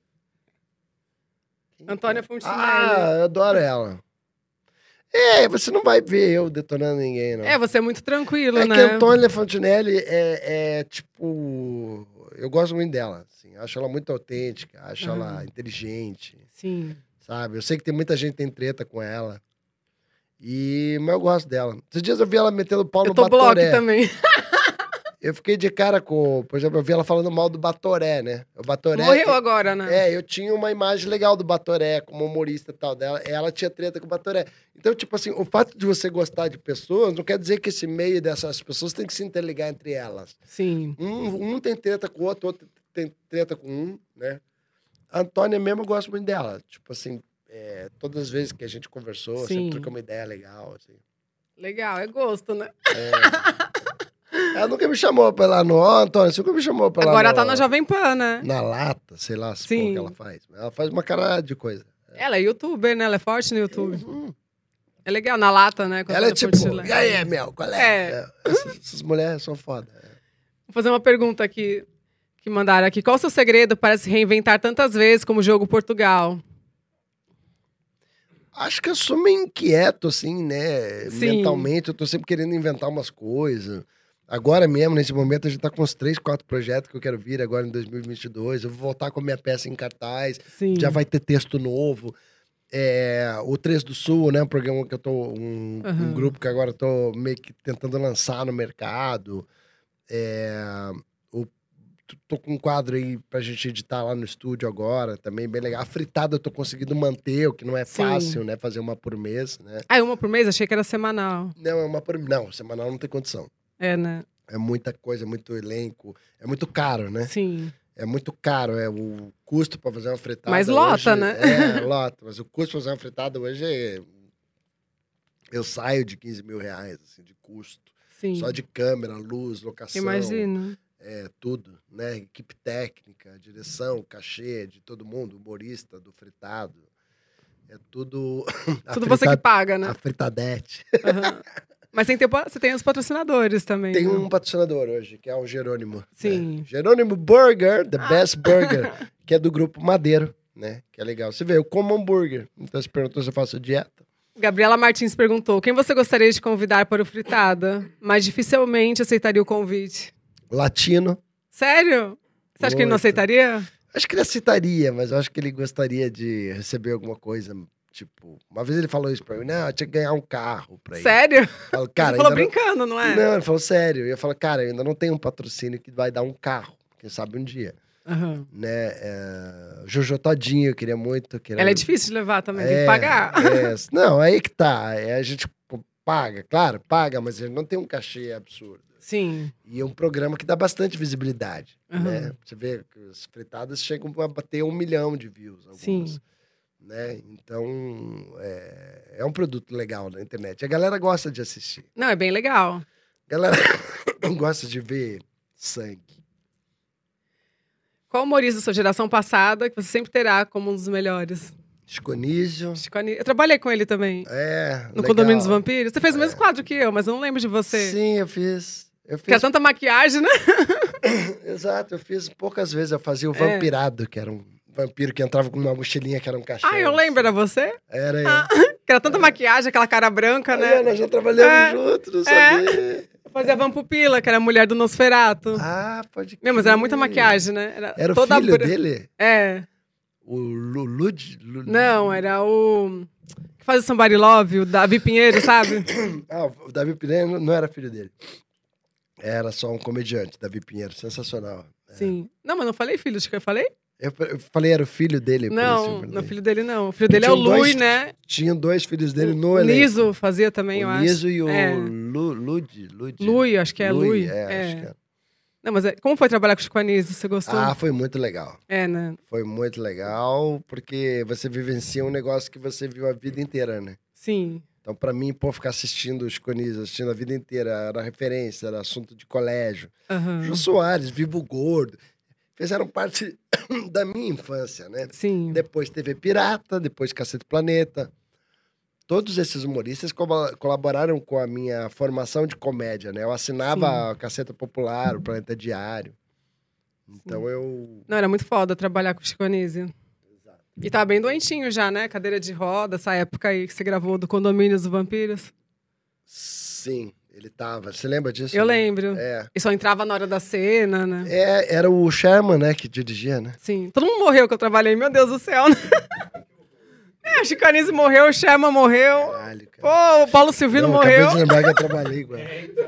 Antônia Fontinelli. Eu adoro ela. Você não vai ver eu detonando ninguém, não. Você é muito tranquilo, É né? que a Antônia Fontinelli tipo... Eu gosto muito dela, assim. Acho ela muito autêntica, acho ela inteligente, Sim. sabe? Eu sei que tem muita gente que tem treta com ela. Mas eu gosto dela. Esses dias eu vi ela metendo pau Eu no tô bloco Batoré. também. Eu fiquei de cara com... Por exemplo, eu vi ela falando mal do Batoré, né? O Batoré... Morreu agora, né? Eu tinha uma imagem legal do Batoré, como humorista e tal dela. Ela tinha treta com o Batoré. Então, tipo assim, o fato de você gostar de pessoas não quer dizer que esse meio dessas pessoas tem que se interligar entre elas. Sim. Um tem treta com o outro tem treta com um, né? A Antônia mesmo, eu gosto muito dela. Tipo assim, todas as vezes que a gente conversou, Sim. sempre trocou uma ideia legal, assim. Legal, é gosto, né? Ela nunca me chamou pra ir lá no... Antônia, você nunca me chamou pra ir lá Agora no... tá na Jovem Pan, né? Na lata, sei lá, se Sim. for que ela faz. Ela faz uma cara de coisa. Ela é youtuber, né? Ela é forte no YouTube. É legal, na lata, né? Quando Ela é tá tipo, Fontinelli. e aí, Mel, qual é? Essas mulheres são foda. Vou fazer uma pergunta aqui, que mandaram aqui. Qual o seu segredo para se reinventar tantas vezes como o jogo Portugal? Acho que eu sou meio inquieto, assim, né? Sim. Mentalmente, eu tô sempre querendo inventar umas coisas. Agora mesmo, nesse momento, a gente tá com uns 3, 4 projetos que eu quero vir agora em 2022. Eu vou voltar com a minha peça em cartaz. Sim. Já vai ter texto novo. O Três do Sul, né? Um programa que eu tô... Um grupo que agora eu tô meio que tentando lançar no mercado. Tô com um quadro aí pra gente editar lá no estúdio agora, também bem legal. A fritada eu tô conseguindo manter, o que não é fácil, né? Fazer uma por mês, né? Ah, é uma por mês? Achei que era semanal. Não, é uma por... Não, semanal não tem condição. Né? É muita coisa, muito elenco. É muito caro, né? Sim. É muito caro, o custo pra fazer uma fritada. Mas lota, hoje, né? Lota. Mas o custo pra fazer uma fritada hoje eu saio de 15 mil reais, assim, de custo. Sim. Só de câmera, luz, locação. Imagino. Tudo, né? Equipe técnica, direção, cachê de todo mundo, humorista do fritado. É tudo... Tudo você que paga, né? A fritadete. Mas você tem os patrocinadores também. Tem né? um patrocinador hoje, que é o Jerônimo. Sim. Né? Jerônimo Burger, the best burger, que é do grupo Madeiro, né? Que é legal. Você vê, eu como hambúrguer. Então você perguntou se eu faço dieta. Gabriela Martins perguntou: quem você gostaria de convidar para o Fritada, mas dificilmente aceitaria o convite? Latino. Sério? Você acha que ele não aceitaria? Acho que ele aceitaria, mas eu acho que ele gostaria de receber alguma coisa. Tipo, uma vez ele falou isso pra mim: não, eu tinha que ganhar um carro pra ir. Sério? Eu falo, cara, ele falou brincando, não é? Não, ele falou sério. Eu ia falar, cara, eu ainda não tenho um patrocínio que vai dar um carro. Quem sabe um dia. Né? Jojo Todinho, eu queria muito. Ela é difícil de levar também, tem que pagar. Não, aí que tá. A gente paga, claro, paga, mas a gente não tem um cachê absurdo. Sim. E é um programa que dá bastante visibilidade. Né? Você vê que as fritadas chegam a bater 1 milhão de views. Algumas, sim. Né? Então, é um produto legal na internet. A galera gosta de assistir. Não, é bem legal. A galera gosta de ver sangue. Qual humorista da sua geração passada que você sempre terá como um dos melhores? Chico Anísio. Eu trabalhei com ele também. No legal. Condomínio dos Vampiros. Você fez o mesmo quadro que eu, mas eu não lembro de você. Sim, eu fiz. Porque é tanta maquiagem, né? Exato, eu fiz poucas vezes. Eu fazia o Vampirado, que era um vampiro que entrava com uma mochilinha que era um cachorro. Ah, eu lembro, era você? Era eu. Que era tanta maquiagem, aquela cara branca, né? Nós já trabalhamos juntos, não sabia. Eu fazia a Vampupila, que era a mulher do Nosferatu. Ah, pode crer. Meu, mas era muita maquiagem, né? Era o filho dele? O Não, era o... que faz o Somebody Love, o Davi Pinheiro, sabe? O Davi Pinheiro não era filho dele. Era só um comediante, Davi Pinheiro. Sensacional. Sim. Não, mas não falei filho, acho que eu falei? Eu falei era o filho dele. Não, não filho dele não. O filho dele é o Lui, né? Tinham 2 filhos dele no elenco. elenco. O Niso fazia também, eu acho. O Niso e o Lui, acho que é Lui. Acho que é. Não, mas como foi trabalhar com o Chico Anísio? Você gostou? Ah, foi muito legal. Né? Foi muito legal, porque você vivencia um negócio que você viu a vida inteira, né? Sim. Então, pra mim, ficar assistindo o Chico Anísio, assistindo a vida inteira, era referência, era assunto de colégio. Jô Soares, Vivo Gordo, fizeram parte da minha infância, né? Sim. Depois TV Pirata, depois Cacete Planeta. Todos esses humoristas colaboraram com a minha formação de comédia, né? Eu assinava a Caceta Popular, o Planeta Diário. Então Não, era muito foda trabalhar com o Chico Anísio. Exato. E tava bem doentinho já, né? Cadeira de roda, essa época aí que você gravou do Condomínio dos Vampiros. Sim, ele tava. Você lembra disso? Eu lembro. E só entrava na hora da cena, né? Era o Sherman, né, que dirigia, né? Sim. Todo mundo morreu que eu trabalhei, meu Deus do céu, né? O Chico Anísio morreu, o Sherman morreu. Caralho, cara. Pô, o Paulo Silvino morreu. Acabei de lembrar que eu trabalhei com ela.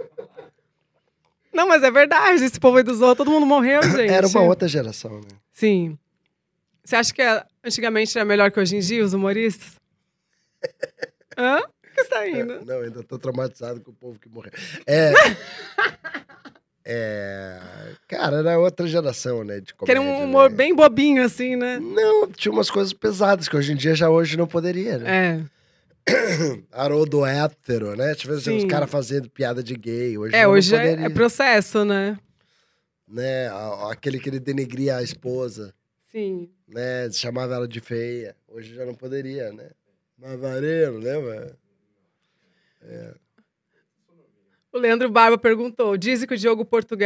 Não, mas é verdade, esse povo aí do Zorro, todo mundo morreu, gente. Era uma outra geração, né? Sim. Você acha que antigamente era melhor que hoje em dia, os humoristas? Hã? O que você tá indo? Não, ainda tô traumatizado com o povo que morreu. Cara, era outra geração, né, de comédia. Que era um humor bem bobinho, assim, né? Não, tinha umas coisas pesadas que hoje em dia, hoje não poderia, né? Haroldo hétero, né? Tivemos os caras fazendo piada de gay. Hoje não hoje poderia. é processo, né? Né? Aquele que ele denegria a esposa. Sim. Né? Chamava ela de feia. Hoje já não poderia, né? Navarino, lembra? O Leandro Barba perguntou: diz que o Diogo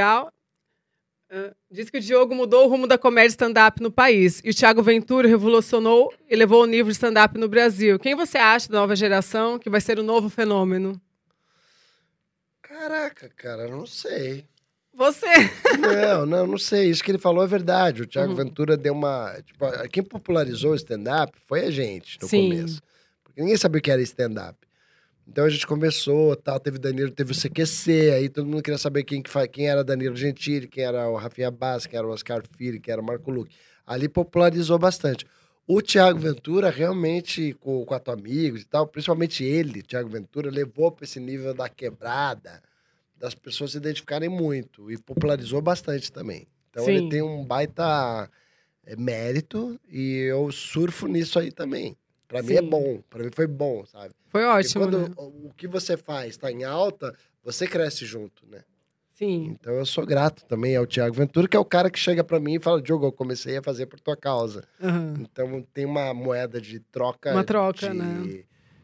mudou o rumo da comédia stand-up no país. E o Thiago Ventura revolucionou e levou o nível de stand-up no Brasil. Quem você acha da nova geração que vai ser o novo fenômeno? Caraca, cara, não sei. Você. Não sei. Isso que ele falou é verdade. O Thiago Ventura deu uma... Tipo, quem popularizou o stand-up foi a gente, no começo. Porque ninguém sabia o que era stand-up. Então a gente começou, tal, teve Danilo, teve o CQC, aí todo mundo queria saber quem era Danilo Gentili, quem era o Rafinha Bastos, quem era o Oscar Filho, quem era o Marco Luque. Ali popularizou bastante. O Thiago Ventura realmente, com o Quatro Amigos e tal, principalmente ele, Thiago Ventura, levou para esse nível da quebrada, das pessoas se identificarem muito, e popularizou bastante também. Então ele tem um baita mérito, e eu surfo nisso aí também. Pra mim é bom, pra mim foi bom, sabe? Foi ótimo, porque quando né? o que você faz tá em alta, você cresce junto, né? Sim. Então eu sou grato também ao Thiago Ventura, que é o cara que chega pra mim e fala, Diogo, eu comecei a fazer por tua causa. Então tem uma moeda de troca. Uma troca, né?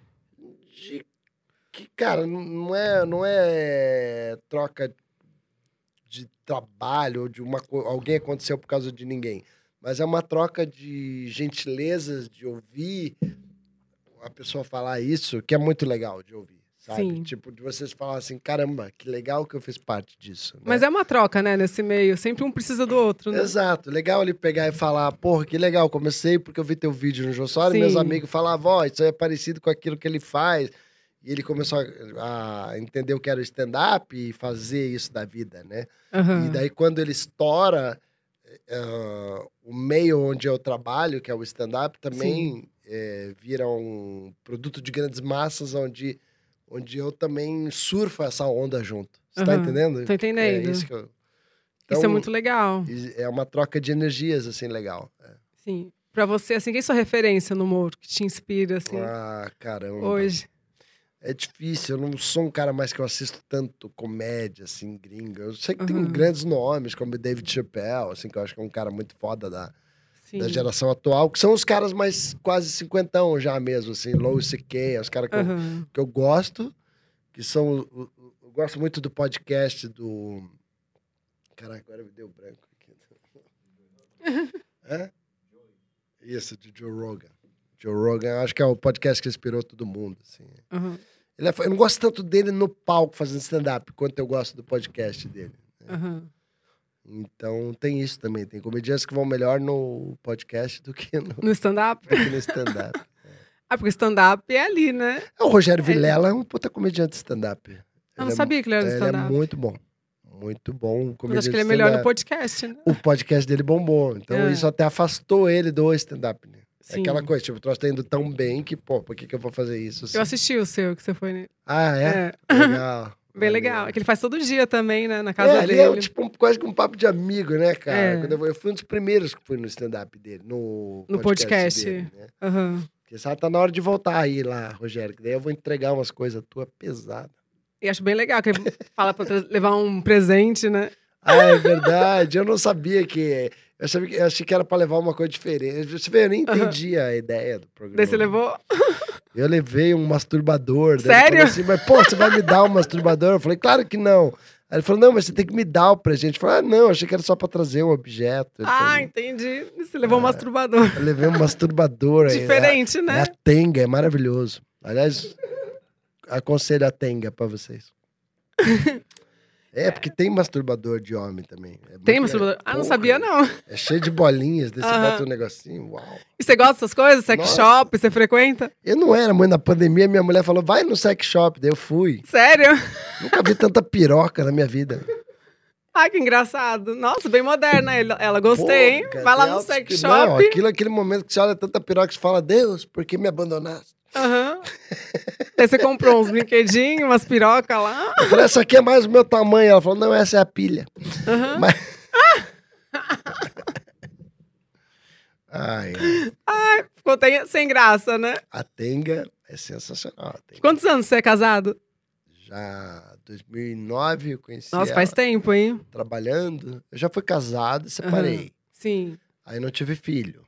Que, cara, não é troca de trabalho ou de alguém aconteceu por causa de ninguém. Mas é uma troca de gentilezas, de ouvir a pessoa falar isso, que é muito legal de ouvir, sabe? Sim. Tipo, de vocês falar assim, caramba, que legal que eu fiz parte disso. Né? Mas é uma troca, né, nesse meio. Sempre um precisa do outro, né? Exato. Legal ele pegar e falar, porra, que legal, comecei porque eu vi teu vídeo no Jô Soares, meus amigos falavam, ó, isso aí é parecido com aquilo que ele faz. E ele começou a entender o que era o stand-up e fazer isso da vida, né? E daí, quando ele estoura, o meio onde eu trabalho, que é o stand-up, também vira um produto de grandes massas, onde eu também surfo essa onda junto. Você tá entendendo? Tô entendendo. É isso que eu... Então, isso é muito legal. É uma troca de energias, assim, legal. Sim. Pra você, assim, quem é sua referência no humor? Que te inspira, assim? Ah, caramba. Hoje. É difícil, eu não sou um cara mais que eu assisto tanto comédia, assim, gringa. Eu sei que tem grandes nomes, como David Chappelle, assim, que eu acho que é um cara muito foda da geração atual, que são os caras mais quase 50 já mesmo, assim, Louis C.K., os caras que eu gosto, que são... Eu gosto muito do podcast do... Caraca, agora me deu branco aqui. Isso, de Joe Rogan. Joe Rogan, acho que é o podcast que inspirou todo mundo, assim. Eu não gosto tanto dele no palco fazendo stand-up, quanto eu gosto do podcast dele. Né? Então tem isso também. Tem comediantes que vão melhor no podcast do que no stand-up. Do que no stand-up. Porque stand-up é ali, né? O Rogério Vilela é um puta comediante de stand-up. Eu não sabia que ele era de stand-up. Ele é muito bom. Muito bom. Mas acho que ele é melhor no podcast, né? O podcast dele bombou. Então isso até afastou ele do stand-up, né? É aquela coisa, tipo, o troço tá indo tão bem que, pô, por que eu vou fazer isso? Assim? Eu assisti o seu, que você foi nele. Ah, é? Legal. Bem legal. É que ele faz todo dia também, né? Na casa dele. Ele é tipo quase que um papo de amigo, né, cara? Quando eu fui um dos primeiros que fui no stand-up dele, no podcast dele, né? Porque sabe, tá na hora de voltar aí lá, Rogério, que daí eu vou entregar umas coisas tuas pesadas. E acho bem legal que ele fala pra levar um presente, né? Ah, é verdade. Eu não sabia que... Eu achei que era pra levar uma coisa diferente. Você vê, eu nem entendi a ideia do programa. Daí você levou? Eu levei um masturbador. Sério? Ele falou assim, mas pô, você vai me dar um masturbador? Eu falei, claro que não. Aí ele falou, não, mas você tem que me dar o presente. Eu falei, ah, não, achei que era só pra trazer um objeto. Ele falou, entendi. Você levou um masturbador. Eu levei um masturbador. Diferente, né? É a Tenga, é maravilhoso. Aliás, aconselho a Tenga pra vocês. Porque tem masturbador de homem também. Tem masturbador? Não sabia, não. É cheio de bolinhas, daí você bota um negocinho, uau. E você gosta dessas coisas? Sex shop, você frequenta? Eu não era, mãe, na pandemia minha mulher falou, vai no sex shop, daí eu fui. Sério? Nunca vi tanta piroca na minha vida. Que engraçado. Nossa, bem moderna. Ela gostei, hein? Vai lá no sex shop. Não, aquele momento que você olha tanta piroca que você fala, Deus, por que me abandonaste? Aí você comprou uns brinquedinhos, umas pirocas lá. Eu falei, essa aqui é mais o meu tamanho. Ela falou, não, essa é a pilha. Mas... Ficou sem graça, né? A Tenga é sensacional. Quantos anos você é casado? Já 2009 eu conheci Nossa, faz tempo, hein? Trabalhando. Eu já fui casado e separei. Sim. Aí não tive filho.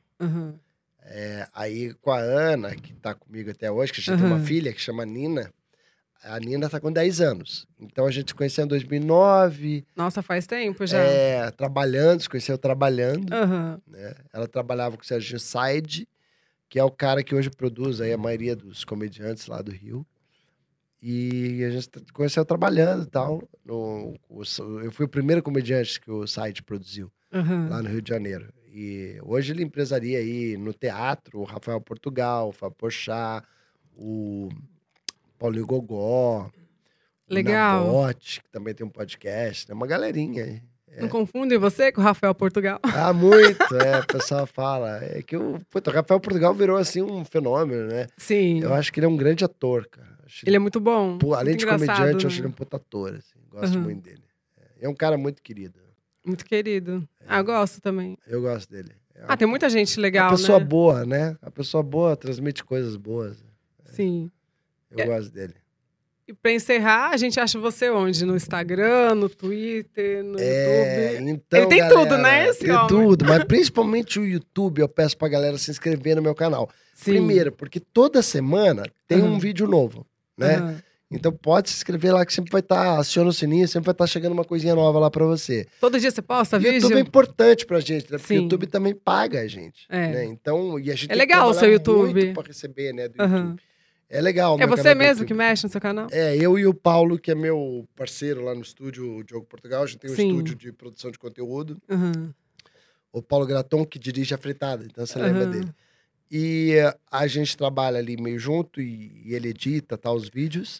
Aí com a Ana, que tá comigo até hoje, que já tem uma filha que chama Nina, a Nina tá com 10 anos. Então a gente se conheceu em 2009. Nossa, faz tempo já. Trabalhando, se conheceu trabalhando. Né? Ela trabalhava com o Serginho Said, que é o cara que hoje produz aí a maioria dos comediantes lá do Rio. E a gente conheceu trabalhando e tal. Eu fui o primeiro comediante que o site produziu, lá no Rio de Janeiro. E hoje ele empresaria aí no teatro, o Rafael Portugal, o Fábio Porchat, o Paulinho Gogó, Legal. o Nabote, que também tem um podcast. Tem uma galerinha aí. Não confundem você com o Rafael Portugal? Ah, muito, o pessoal fala. É que o Rafael Portugal virou, assim, um fenômeno, né? Sim. Eu acho que ele é um grande ator, cara. Ele é muito bom. Além de comediante, né? eu acho ele um puta ator, assim. Gosto muito dele. É um cara muito querido. Muito querido. Eu gosto também. Eu gosto dele. Tem muita gente legal, né? A pessoa né? boa, né? A pessoa boa transmite coisas boas. Sim. Eu gosto dele. E pra encerrar, a gente acha você onde? No Instagram, no Twitter, no YouTube? Então, ele tem galera, tudo, né? Esse tem homem. tudo, mas principalmente o YouTube, eu peço pra galera se inscrever no meu canal. Sim. Primeiro, porque toda semana tem um vídeo novo, né? Então pode se inscrever lá que sempre vai estar, aciona o sininho, sempre vai estar chegando uma coisinha nova lá pra você. Todo dia você posta vídeo? O YouTube é importante pra gente, né? Porque Sim. o YouTube também paga a gente, né? Então, e a gente é legal o seu YouTube. muito pra receber, né, do YouTube. É legal. É você mesmo que mexe no seu canal? Eu e o Paulo, que é meu parceiro lá no estúdio, o Diogo Portugal, a gente tem um estúdio de produção de conteúdo. O Paulo Graton, que dirige a Fritada, então você lembra dele. E a gente trabalha ali meio junto e ele edita os vídeos.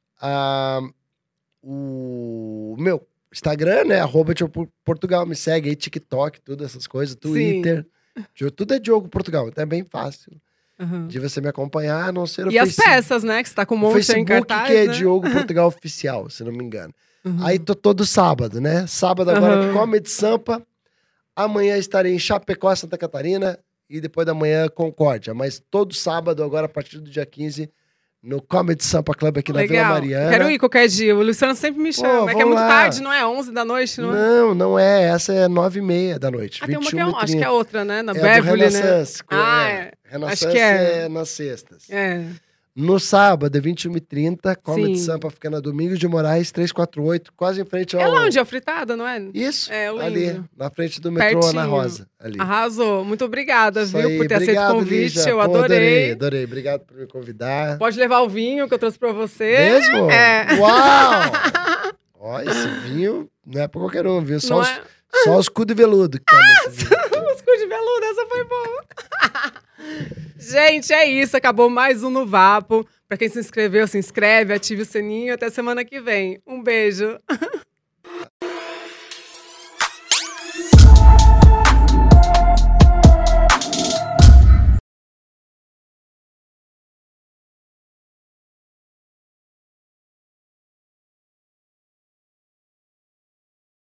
O meu Instagram, né? @Portugal, me segue aí, TikTok, todas essas coisas, Twitter. Tudo é Diogo Portugal, então é bem fácil de você me acompanhar, a não ser o Facebook. E as peças, né? Que você tá com um monte em cartaz, que é né? Diogo Portugal Oficial, se não me engano. Aí tô todo sábado, né? Sábado agora Comedy Sampa. Amanhã estarei em Chapecó, Santa Catarina. E depois da manhã, Concórdia. Mas todo sábado, agora a partir do dia 15, no Comedy Sampa Club aqui na Vila Mariana. Quero ir qualquer dia. O Luciano sempre me chama. É que é muito tarde, não é? 11 da noite, não é? Não é. Essa é 9h30 da noite. Tem uma que acho que é outra, né? Na Beverly, né? Renaissance acho que é nas sextas. É. No sábado, é 21h30, Comedy Sampa fica na Domingos de Moraes, 348, quase em frente ao... É lá onde é a Fritada, não é? Isso, eu ali, na frente do metrô Pertinho. Ana Rosa. Ali. Arrasou. Muito obrigada, Isso aí. por ter aceito o convite. Lígia. Eu adorei. Adorei. Obrigado por me convidar. Pode levar o vinho que eu trouxe pra você. Mesmo? É. Uau! Ó, esse vinho não é pra qualquer um, viu? Só os cu de veludo que tá nesse vinho. Os cu de veludo, essa foi boa. Gente, é isso. Acabou mais um No Vapo. Pra quem se inscreveu, se inscreve, ative o sininho. Até semana que vem. Um beijo.